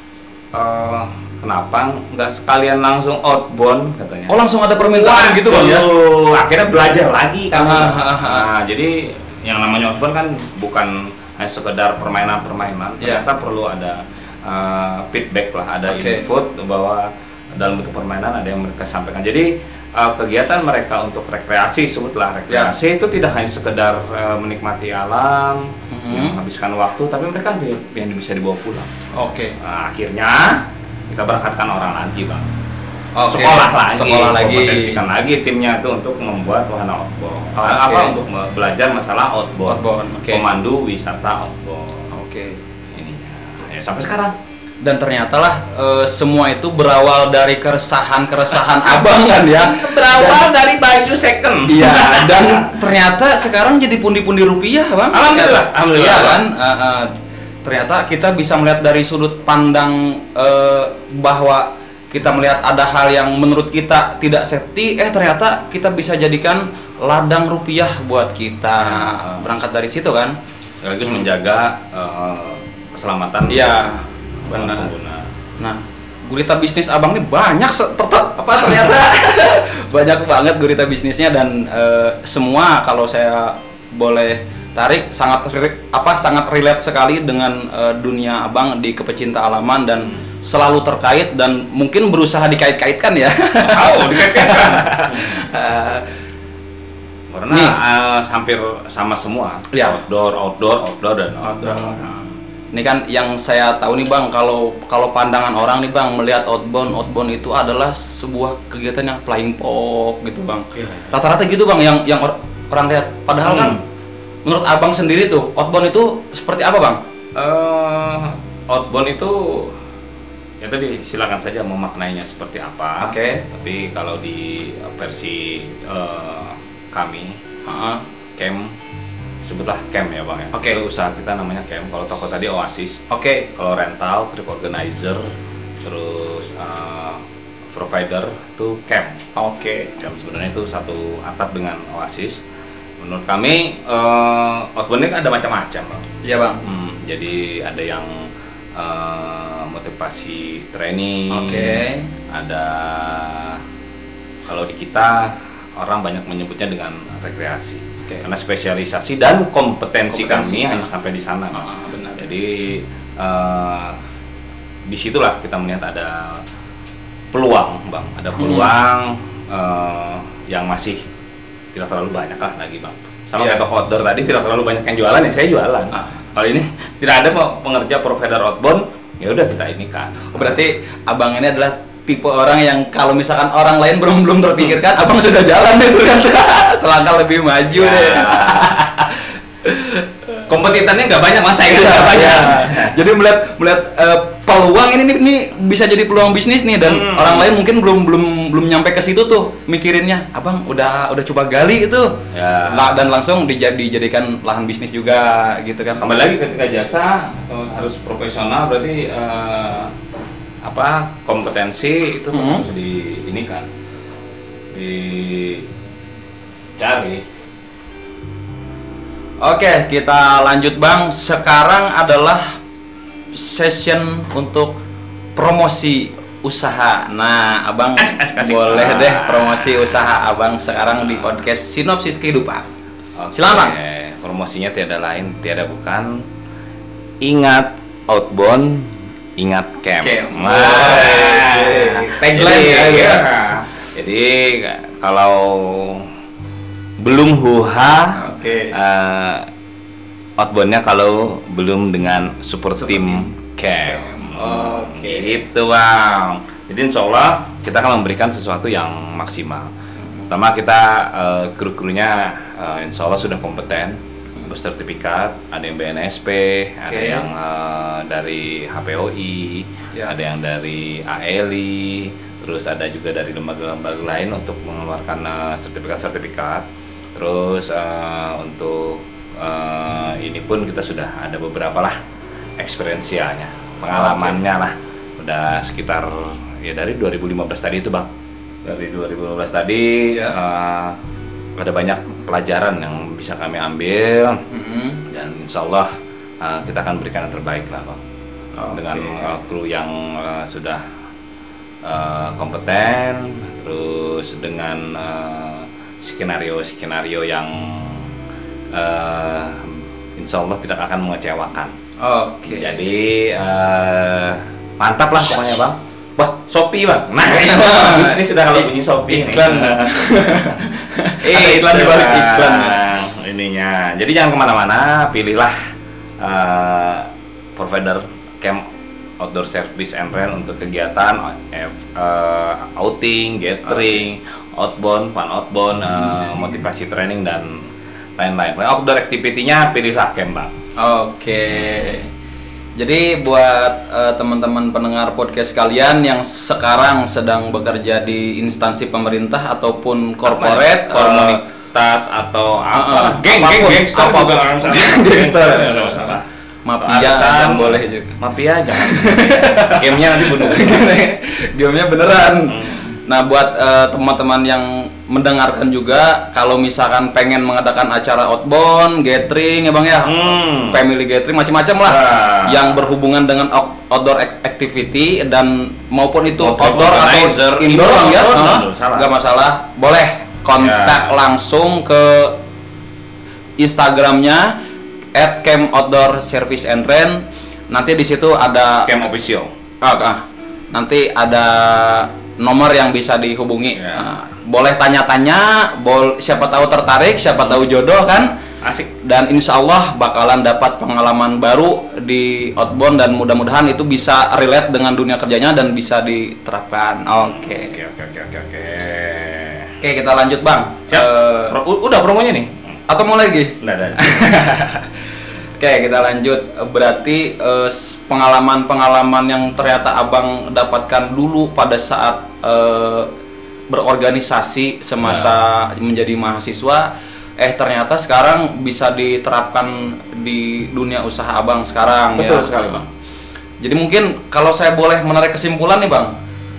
Kenapa nggak sekalian langsung outbound katanya? Oh, langsung ada permintaan gitu Bang ya. Akhirnya belajar lagi kan. Ah. Nah, jadi yang namanya outbound kan bukan hanya sekedar permainan-permainan, Ya. ternyata perlu ada feedback lah, ada Oke. input bahwa dalam bentuk permainan ada yang mereka sampaikan. Jadi kegiatan mereka untuk rekreasi, sebutlah rekreasi itu tidak hanya sekedar menikmati alam, menghabiskan waktu, tapi mereka ada yang bisa dibawa pulang. Oke. Nah, akhirnya kita berangkatkan orang lagi Bang. Oke. Sekolah lagi, kompetensikan lagi. lagi timnya itu untuk membuat wahana outbound. Oke. Untuk belajar masalah outbound. Outbound, oke. Pemandu wisata outbound. Oke. Ininya. Ya sampai sekarang. Dan ternyata lah semua itu berawal dari keresahan Abang kan ya. Berawal dari baju second. Iya, dan ternyata sekarang jadi pundi-pundi rupiah, Bang. Alhamdulillah, alhamdulillah. Iya kan? Ternyata kita bisa melihat dari sudut pandang bahwa kita melihat ada hal yang menurut kita tidak safety, ternyata kita bisa jadikan ladang rupiah buat kita. Berangkat dari situ kan? Sekaligus menjaga keselamatan. Iya, benar. pengguna. Nah, gurita bisnis Abang ini banyak ternyata banyak banget gurita bisnisnya dan semua kalau saya boleh tarik sangat relate sekali dengan dunia Abang di kepecinta alaman dan selalu terkait dan mungkin berusaha dikait-kaitkan ya. Dikait-kaitkan. Karena Nih. hampir sama semua. Ya. Outdoor dan Outdoor. Ini kan yang saya tahu nih Bang, kalau pandangan orang nih Bang melihat outbound itu adalah sebuah kegiatan yang flying pop gitu Bang. Iya. Rata-rata gitu Bang yang orang lihat. Padahal kan menurut Abang sendiri tuh outbound itu seperti apa Bang? Outbound itu ya tadi silakan saja memaknainya seperti apa. Oke. Tapi kalau di versi kami camp, sebutlah camp ya Bang ya. Oke. Itu usaha kita namanya camp. Kalau toko tadi Oasis. Oke. Kalau rental, trip organizer, terus provider itu camp. Oke. Camp sebenarnya itu satu atap dengan Oasis. Menurut kami outbound ini ada macam-macam Bang. Iya Bang. Jadi ada yang motivasi training. Oke. Ada kalau di kita orang banyak menyebutnya dengan rekreasi. Oke. Karena spesialisasi dan kompetensi kami hanya sampai di sana. Benar. Jadi disitulah kita melihat ada peluang Bang. Ada peluang yang masih tidak terlalu banyak lah lagi Bang. Sama kayak toko outdoor tadi tidak terlalu banyak yang jualan ya saya jualan. Kalau ini tidak ada pengerja provider outbound, ya udah kita ini kan. Berarti Abang ini adalah tipe orang yang kalau misalkan orang lain belum terpikirkan, Abang sudah jalan deh ternyata. Selangkah lebih maju deh. Kompetitornya nggak banyak mas, saya nggak banyak. Jadi melihat peluang ini bisa jadi peluang bisnis nih dan orang lain mungkin belum nyampe ke situ tuh mikirinnya, Abang udah coba gali itu. Ya. Nah, dan langsung dijadikan lahan bisnis juga gitu kan. Kembali lagi ketika jasa harus profesional, berarti kompetensi itu harus dicari. Oke, kita lanjut Bang. Sekarang adalah session untuk promosi usaha. Nah, Abang boleh deh promosi usaha Abang sekarang di podcast Sinopsis Kehidupan. Oke, Silakan, Bang. promosinya tiada lain, tiada bukan. Ingat outbound, ingat camp. Tagline ya. Jadi kalau belum huha, outboundnya kalau belum dengan support tim camp. Gitu Bang. Jadi insya Allah kita akan memberikan sesuatu yang maksimal. Pertama kita kru-krunya insya Allah sudah kompeten, bersertifikat, ada yang BNSP, ada yang dari HPOI, ada yang dari AELI, terus ada juga dari lembaga-lembaga lain untuk mengeluarkan sertifikat-sertifikat. Terus untuk ini pun kita sudah ada beberapa lah experience-nya, pengalamannya lah. Udah sekitar ya dari 2015 tadi itu Bang. Dari 2015 tadi ada banyak pelajaran yang bisa kami ambil dan insya Allah kita akan berikan yang terbaik lah Bang. Dengan kru yang sudah kompeten, terus dengan skenario yang insya Allah tidak akan mengecewakan. Jadi mantap lah pokoknya Bang. Wah, Shopee Bang. Nah, bisnis sudah kalau bunyi Shopee iklan. Ada iklan di balik iklan. Ininya. Jadi jangan kemana-mana, pilihlah provider camp outdoor service and rent untuk kegiatan outing, gathering, outbound, fun outbound, motivasi training dan lain-lain. Outdoor activity-nya pilihlah camp Bang. Jadi buat teman-teman pendengar podcast kalian yang sekarang sedang bekerja di instansi pemerintah ataupun corporate, komunitas atau apa, gangster juga nggak gangster, mafia jangan boleh juga, mafia jangan, gamenya nanti bunuh, gamenya beneran. Nah buat teman-teman yang mendengarkan juga, kalau misalkan pengen mengadakan acara outbound, gathering ya Bang ya, family gathering macam-macam lah, yang berhubungan dengan outdoor activity dan maupun itu outdoor atau indoor Bang ya, nggak masalah, boleh kontak langsung ke Instagramnya @camp_outdoor_service_and_rent. Nanti di situ ada camp official. Nanti ada nomor yang bisa dihubungi. Boleh tanya-tanya, siapa tahu tertarik, siapa tahu jodoh kan, asik. Dan insya Allah bakalan dapat pengalaman baru di outbound dan mudah-mudahan itu bisa relate dengan dunia kerjanya dan bisa diterapkan. Oke, kita lanjut Bang. Udah promonya nih? Atau mau lagi? Udah. Oke, kita lanjut. Berarti pengalaman-pengalaman yang ternyata Abang dapatkan dulu pada saat berorganisasi semasa menjadi mahasiswa, ternyata sekarang bisa diterapkan di dunia usaha Abang sekarang. Betul sekali Bang. Jadi mungkin kalau saya boleh menarik kesimpulan nih Bang,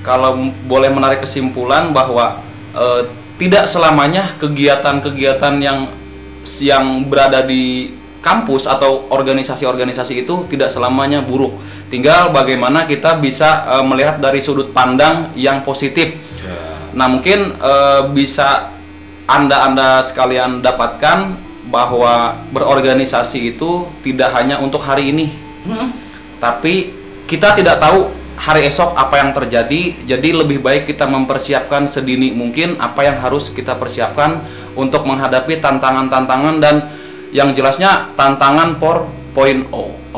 bahwa tidak selamanya kegiatan-kegiatan yang berada di kampus atau organisasi-organisasi itu tidak selamanya buruk. Tinggal bagaimana kita bisa melihat dari sudut pandang yang positif. Nah mungkin bisa anda sekalian dapatkan bahwa berorganisasi itu tidak hanya untuk hari ini, tapi kita tidak tahu hari esok apa yang terjadi. Jadi lebih baik kita mempersiapkan sedini mungkin apa yang harus kita persiapkan untuk menghadapi tantangan-tantangan dan yang jelasnya tantangan 4.0.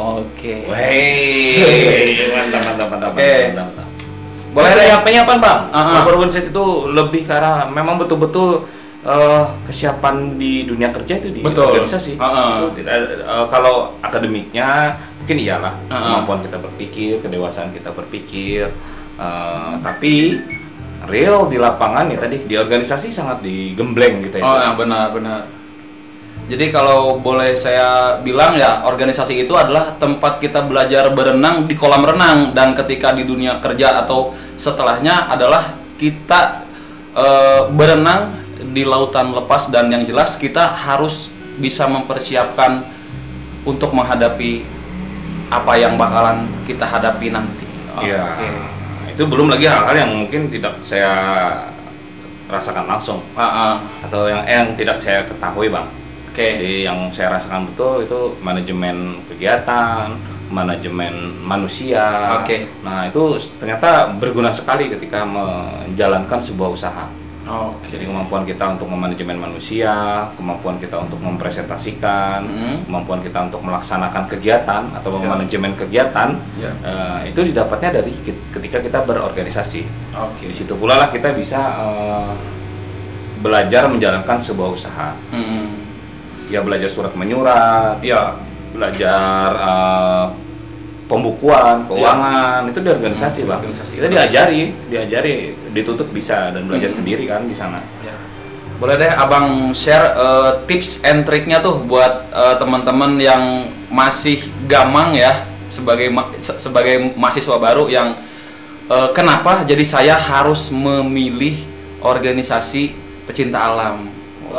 Mantap. Boleh ada yang penyiapan Bang. Berorganisasi itu lebih karena memang betul-betul kesiapan di dunia kerja itu di organisasi. Kalau akademiknya mungkin iyalah, kemampuan kita berpikir, kedewasaan kita berpikir, tapi real di lapangan ya tadi di organisasi sangat digembleng gitu ya. Benar. Jadi kalau boleh saya bilang ya, organisasi itu adalah tempat kita belajar berenang di kolam renang, dan ketika di dunia kerja atau setelahnya adalah kita berenang di lautan lepas, dan yang jelas kita harus bisa mempersiapkan untuk menghadapi apa yang bakalan kita hadapi nanti. Itu belum lagi hal-hal yang mungkin tidak saya rasakan langsung atau yang tidak saya ketahui Bang. Jadi yang saya rasakan betul itu manajemen kegiatan, manajemen manusia. Nah itu ternyata berguna sekali ketika menjalankan sebuah usaha. Jadi kemampuan kita untuk memanajemen manusia, kemampuan kita untuk mempresentasikan, kemampuan kita untuk melaksanakan kegiatan atau manajemen kegiatan, itu didapatnya dari ketika kita berorganisasi. Di situ pula lah kita bisa belajar menjalankan sebuah usaha. Ya belajar surat menyurat, belajar pembukuan, keuangan, itu di organisasi Bang. Kita diajari, dituntut bisa dan belajar sendiri kan di sana. Boleh deh Abang share tips and triknya tuh buat teman-teman yang masih gamang ya sebagai mahasiswa baru yang kenapa jadi saya harus memilih organisasi pecinta alam.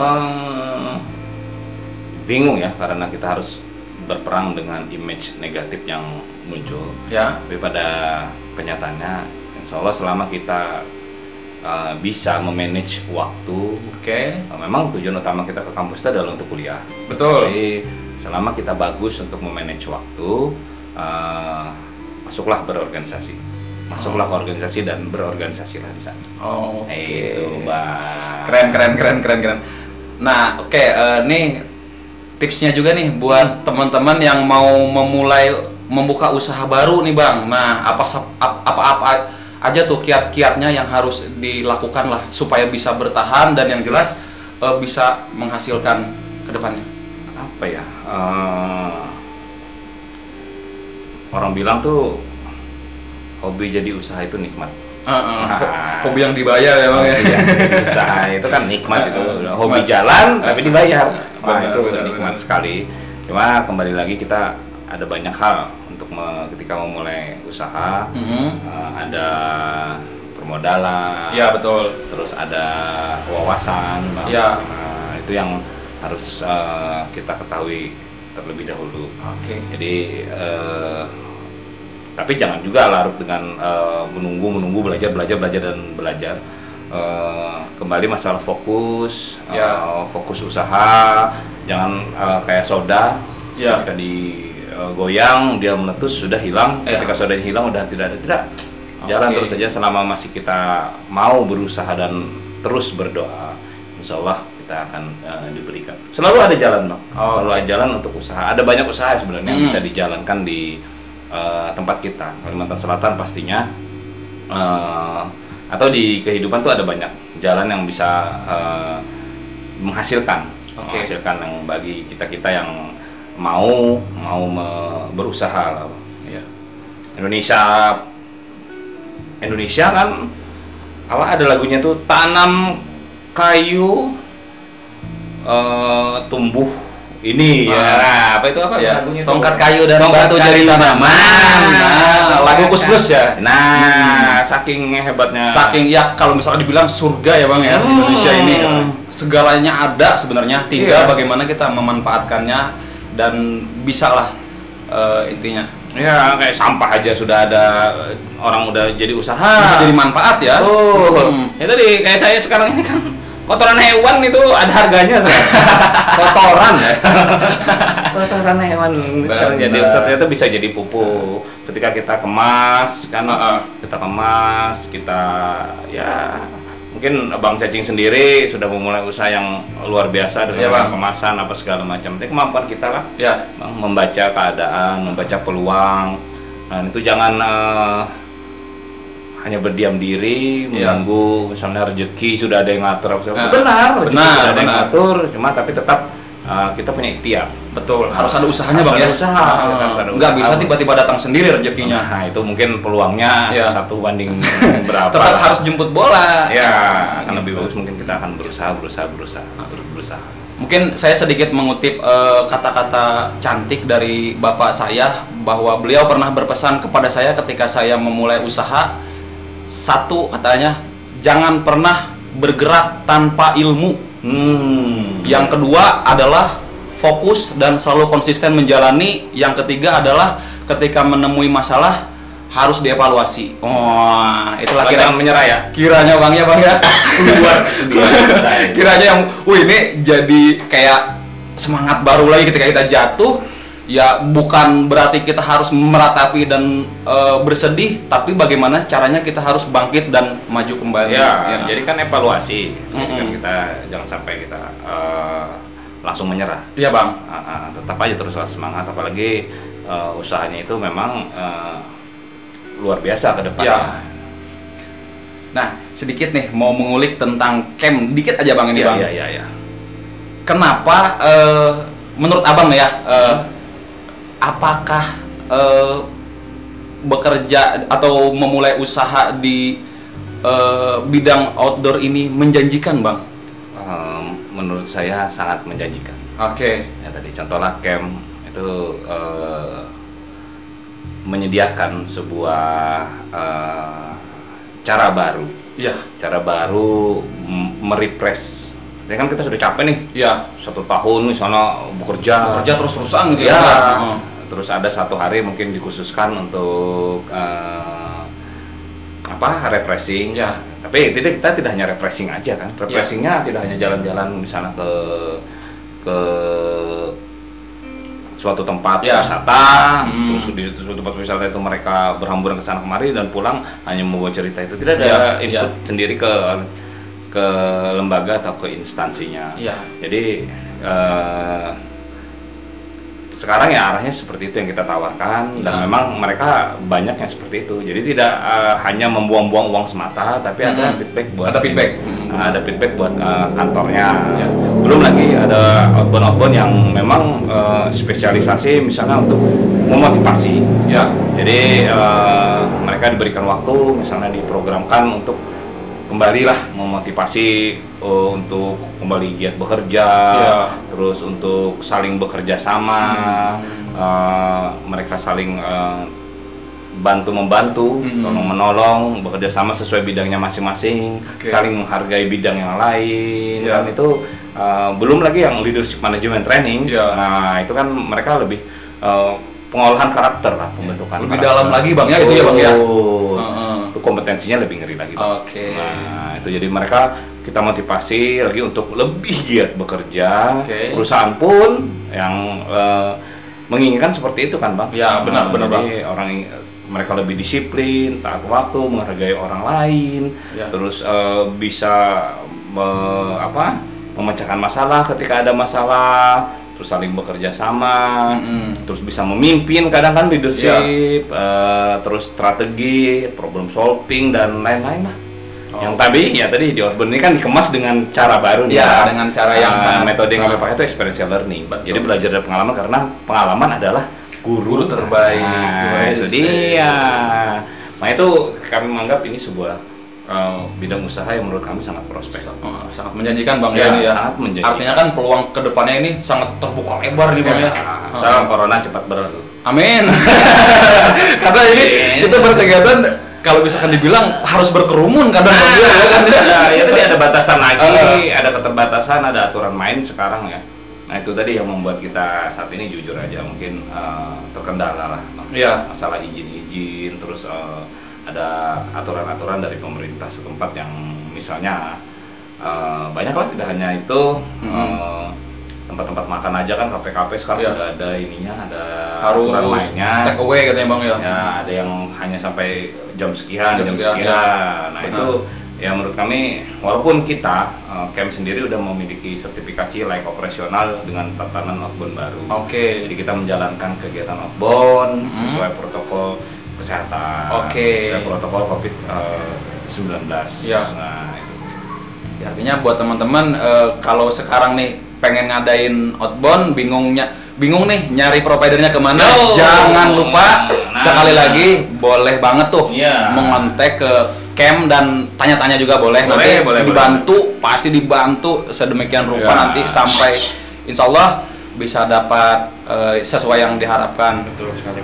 Bingung ya karena kita harus berperang dengan image negatif yang muncul. Tapi pada kenyataannya, insya Allah selama kita bisa memanage waktu, memang tujuan utama kita ke kampus itu adalah untuk kuliah. Jadi selama kita bagus untuk memanage waktu, masuklah berorganisasi, masuklah ke organisasi dan berorganisasilah di sana. Itu Bang. Keren. Nah, nih tipsnya juga nih buat teman-teman yang mau membuka usaha baru nih Bang. Nah, apa aja tuh kiat-kiatnya yang harus dilakukan lah supaya bisa bertahan dan yang jelas bisa menghasilkan ke depannya. Apa ya? Orang bilang tuh hobi jadi usaha itu nikmat. Hobi yang dibayar ya Bang ya. Usaha itu kan nikmat itu. Hobi jalan tapi dibayar. Itu nikmat sekali. Cuma kembali lagi kita ada banyak hal untuk ketika memulai usaha. Ada permodalan. Terus ada wawasan. Itu yang harus kita ketahui terlebih dahulu. Jadi tapi jangan juga larut dengan menunggu belajar dan belajar. Kembali masalah fokus, fokus usaha, jangan kayak soda, ketika digoyang dia meletus sudah hilang, ketika sodanya hilang udah tidak ada. Jalan terus saja selama masih kita mau berusaha dan terus berdoa, insya Allah kita akan diberikan. Selalu ada jalan Bang, selalu ada jalan untuk usaha. Ada banyak usaha sebenarnya yang bisa dijalankan di tempat kita, Kalimantan Selatan pastinya, atau di kehidupan tuh ada banyak jalan yang bisa menghasilkan yang bagi kita yang mau berusaha. Indonesia kan ada lagunya tuh tanam kayu tumbuh ini apa itu lagunya tongkat kayu dan batu jadi tanaman. Lagu Kus Plus ya. Saking hebatnya. Kalau misalkan dibilang surga ya Bang ya, Indonesia ini segalanya ada sebenarnya, tinggal bagaimana kita memanfaatkannya dan bisalah intinya. Kayak sampah aja sudah ada, orang udah jadi usaha. Bisa jadi manfaat ya. Ya tadi kayak saya sekarang ini kan kotoran hewan itu ada harganya kotoran hewan sekarang jadi ternyata bisa jadi pupuk ketika kita kemas kan, kita ya mungkin Bang Cacing sendiri sudah memulai usaha yang luar biasa dengan kemasan apa segala macam. Tapi kemampuan kita lah membaca keadaan, membaca peluang. Nah itu jangan hanya berdiam diri, mengganggu misalnya rezeki sudah ada yang ngatur. Benar, sudah ada yang ngatur, cuma tapi tetap kita punya ikhtiar. Harus ada usahanya Bang ya. Nggak bisa tiba-tiba datang sendiri rezekinya. Nah itu mungkin peluangnya 1 banding berapa. Tetap harus jemput bola. Akan lebih bagus mungkin kita akan berusaha. Mungkin saya sedikit mengutip kata-kata cantik dari bapak saya, bahwa beliau pernah berpesan kepada saya ketika saya memulai usaha. 1 katanya, jangan pernah bergerak tanpa ilmu. Yang kedua adalah fokus dan selalu konsisten menjalani. Yang ketiga adalah ketika menemui masalah harus dievaluasi. Itulah kiranya menyerah ya. Kiranya Bang ya. Kiranya yang ini jadi kayak semangat baru lagi ketika kita jatuh. Ya bukan berarti kita harus meratapi dan bersedih, tapi bagaimana caranya kita harus bangkit dan maju kembali. Ya, jadi kan evaluasi. Jadi kan kita jangan sampai kita langsung menyerah. Iya bang. Tetap aja teruslah semangat, apalagi usahanya itu memang luar biasa ke depannya. Ya. Nah, sedikit nih mau mengulik tentang camp dikit aja bang ini bang. Iya. Kenapa menurut abang nih ya, apakah bekerja atau memulai usaha di bidang outdoor ini menjanjikan bang? Menurut saya sangat menjanjikan. Oke. Ya tadi contohnya camp itu menyediakan sebuah cara baru. Iya. Cara baru merefresh. Jadi kan kita sudah capek nih. Iya. 1 tahun misalnya bekerja terus-terusan gitu ya. ya. Terus ada 1 hari mungkin dikhususkan untuk refreshing. Ya. Tapi kita tidak hanya refreshing aja kan. Refreshingnya tidak hanya jalan-jalan misalnya ke suatu tempat wisata, terus di suatu tempat wisata itu mereka berhamburan ke sana kemari dan pulang hanya membawa cerita itu, tidak ada input sendiri ke lembaga atau ke instansinya. Jadi sekarang ya arahnya seperti itu yang kita tawarkan dan memang mereka banyak yang seperti itu. Jadi tidak hanya membuang-buang uang semata, tapi ada feedback buat ada feedback buat kantornya. Belum lagi ada outbound yang memang spesialisasi misalnya untuk memotivasi. Jadi mereka diberikan waktu, misalnya diprogramkan untuk kembalilah memotivasi untuk kembali giat bekerja, terus untuk saling bekerja sama, mereka saling bantu membantu, tolong menolong, bekerja sama sesuai bidangnya masing-masing, saling menghargai bidang yang lain, dan itu belum lagi yang leadership management training. Nah itu kan mereka lebih pengolahan karakter lah, pembentukan lebih karakter. dalam lagi bang ya, itu ya bang ya. Itu kompetensinya lebih ngeri lagi bang. Nah itu jadi mereka kita motivasi lagi untuk lebih giat bekerja. Perusahaan pun yang menginginkan seperti itu kan bang. Ya benar jadi bang. Mereka lebih disiplin, taat waktu, menghargai orang lain, terus bisa memecahkan masalah ketika ada masalah, terus saling bekerja sama, terus bisa memimpin kadang kan leadership, terus strategi, problem solving dan lain-lain lah. Yang tadi di outbound ini kan dikemas dengan cara baru nih. Dengan cara yang sangat metode yang kami pakai itu experiential learning. Jadi belajar dari pengalaman, karena pengalaman adalah guru terbaik. Itu dia. Nah itu kami menganggap ini sebuah bidang usaha yang menurut kami sangat prospek, sangat menjanjikan bang ini ya. Sangat menjanjikan. Artinya kan peluang kedepannya ini sangat terbuka lebar nih bang ya. Sekarang corona cepat berlalu. Amin. Karena ini kita berkegiatan kalau misalkan dibilang harus berkerumun kadang ya kan. Ya tadi ada batasan lagi, ada keterbatasan, ada aturan main sekarang ya. Nah itu tadi yang membuat kita saat ini jujur aja mungkin terkendala lah. Masalah izin-izin, terus ada aturan-aturan dari pemerintah setempat yang misalnya banyak lah, tidak hanya itu, tempat-tempat makan aja kan, kafe-kafe sekarang sudah ada ininya, ada harus aturan mainnya, take away katanya bang ya. Ada yang hanya sampai jam sekian. Nah itu ya menurut kami, walaupun kita camp sendiri udah memiliki sertifikasi layak operasional dengan tatanan outbound baru. Jadi kita menjalankan kegiatan outbound sesuai protokol kesehatan, sesuai protokol COVID-19. Nah, itu. Ya, artinya buat teman-teman kalau sekarang nih pengen ngadain outbound, bingung nih nyari providernya kemana, jangan lupa sekali lagi boleh banget tuh mengontak ke camp dan tanya-tanya juga boleh. Nanti dibantu, pasti dibantu sedemikian rupa nanti sampai insya Allah bisa dapat sesuai yang diharapkan. Betul sekali.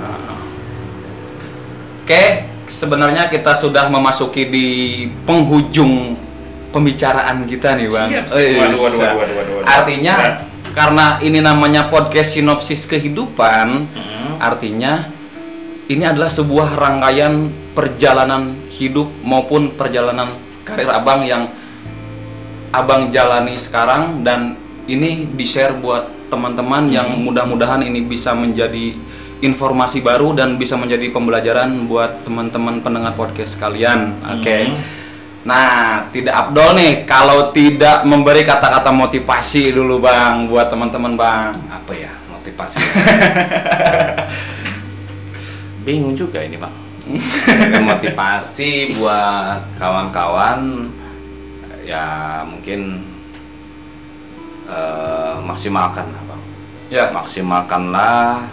Oke, sebenarnya kita sudah memasuki di penghujung pembicaraan kita nih bang. Waduh. Artinya karena ini namanya podcast sinopsis kehidupan, artinya ini adalah sebuah rangkaian perjalanan hidup maupun perjalanan karir abang yang abang jalani sekarang, dan ini di-share buat teman-teman yang mudah-mudahan ini bisa menjadi informasi baru dan bisa menjadi pembelajaran buat teman-teman pendengar podcast kalian. Oke. Nah, tidak abdol nih kalau tidak memberi kata-kata motivasi dulu Bang buat teman-teman Bang. Apa ya motivasi? Bingung juga ini Bang. Motivasi buat kawan-kawan ya mungkin maksimalkan Bang. Ya. Maksimalkanlah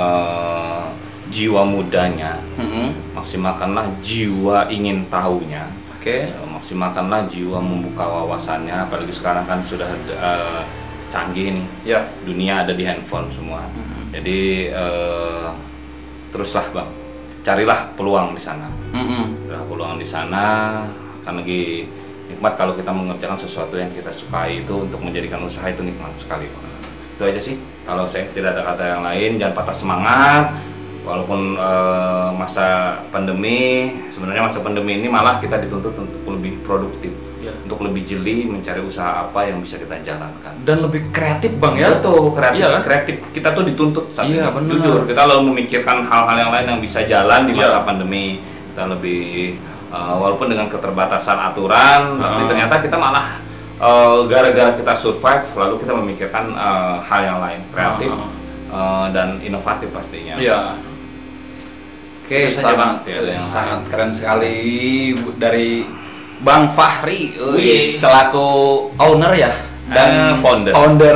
jiwa mudanya, maksimalkanlah jiwa ingin tahunya. Maksimalkanlah jiwa membuka wawasannya, apalagi sekarang kan sudah canggih nih. Ya. Dunia ada di handphone semua. Jadi teruslah Bang, carilah peluang di sana. Carilah peluang di sana, kan lagi nikmat kalau kita mengerjakan sesuatu yang kita sukai, itu untuk menjadikan usaha itu nikmat sekali Bang. Itu aja sih, kalau saya tidak ada kata yang lain. Jangan patah semangat walaupun masa pandemi. Sebenarnya masa pandemi ini malah kita dituntut untuk lebih produktif, untuk lebih jeli mencari usaha apa yang bisa kita jalankan dan lebih kreatif Bang ya. Betul, kreatif. Iya, kan? Kreatif kita tuh dituntut saat ini. Bener. Jujur, kita lalu memikirkan hal-hal yang lain yang bisa jalan di masa pandemi. Kita lebih walaupun dengan keterbatasan aturan, tapi ternyata kita malah gara-gara kita survive lalu kita memikirkan hal yang lain, kreatif dan inovatif pastinya. Iya. Oke, sangat keren sekali dari Bang Fahri selaku owner ya dan founder.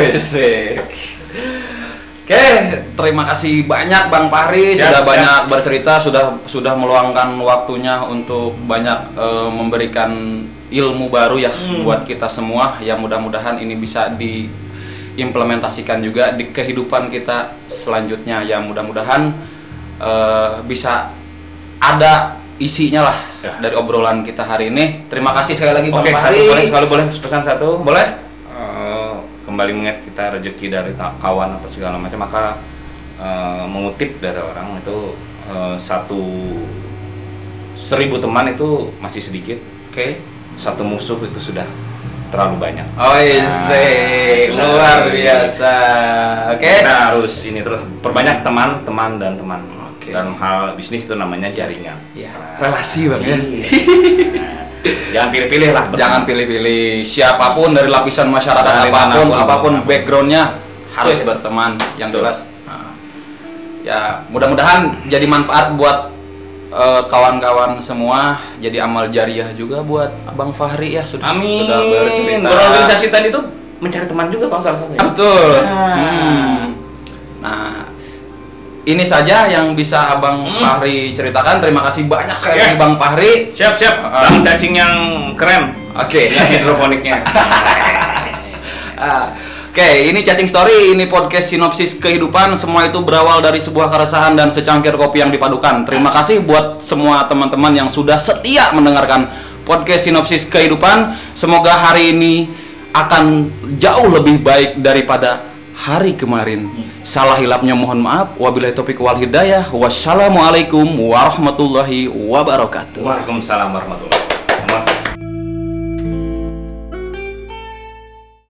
Oke, terima kasih banyak Bang Fahri sudah banyak bercerita, sudah meluangkan waktunya untuk banyak memberikan ilmu baru ya buat kita semua, yang mudah-mudahan ini bisa diimplementasikan juga di kehidupan kita selanjutnya, yang mudah-mudahan bisa ada isinya lah dari obrolan kita hari ini. Terima kasih sekali lagi Bang Fahri. Boleh pesan satu? Boleh. Kembali mengingat kita rezeki dari kawan apa segala macam, maka mengutip dari orang itu 1.000 teman itu masih sedikit. Satu musuh itu sudah terlalu banyak. Luar biasa. Kita harus ini terus perbanyak teman dan teman. Dalam hal bisnis itu namanya jaringan. Relasi Bang ya. Jangan pilih-pilih lah. Jangan pilih-pilih. Siapapun dari lapisan masyarakat apapun backgroundnya harus berteman yang jelas. Ya mudah-mudahan jadi manfaat buat kawan-kawan semua, jadi amal jariah juga buat Bang Fahri ya sudah bercerita. Berorganisasi tadi tuh mencari teman juga Bang salah satunya. Betul. Nah, ini saja yang bisa Abang Fahri ceritakan. Terima kasih banyak sekali lagi Bang Fahri. Siap. Bang cacing yang keren. Yang hidroponiknya. Oke, ini Cacing Story, ini podcast sinopsis kehidupan. Semua itu berawal dari sebuah keresahan dan secangkir kopi yang dipadukan. Terima kasih buat semua teman-teman yang sudah setia mendengarkan podcast sinopsis kehidupan. Semoga hari ini akan jauh lebih baik daripada hari kemarin. Salah hilapnya mohon maaf. Wabillahi taufiq wal hidayah. Wassalamualaikum warahmatullahi wabarakatuh. Waalaikumsalam warahmatullahi wabarakatuh.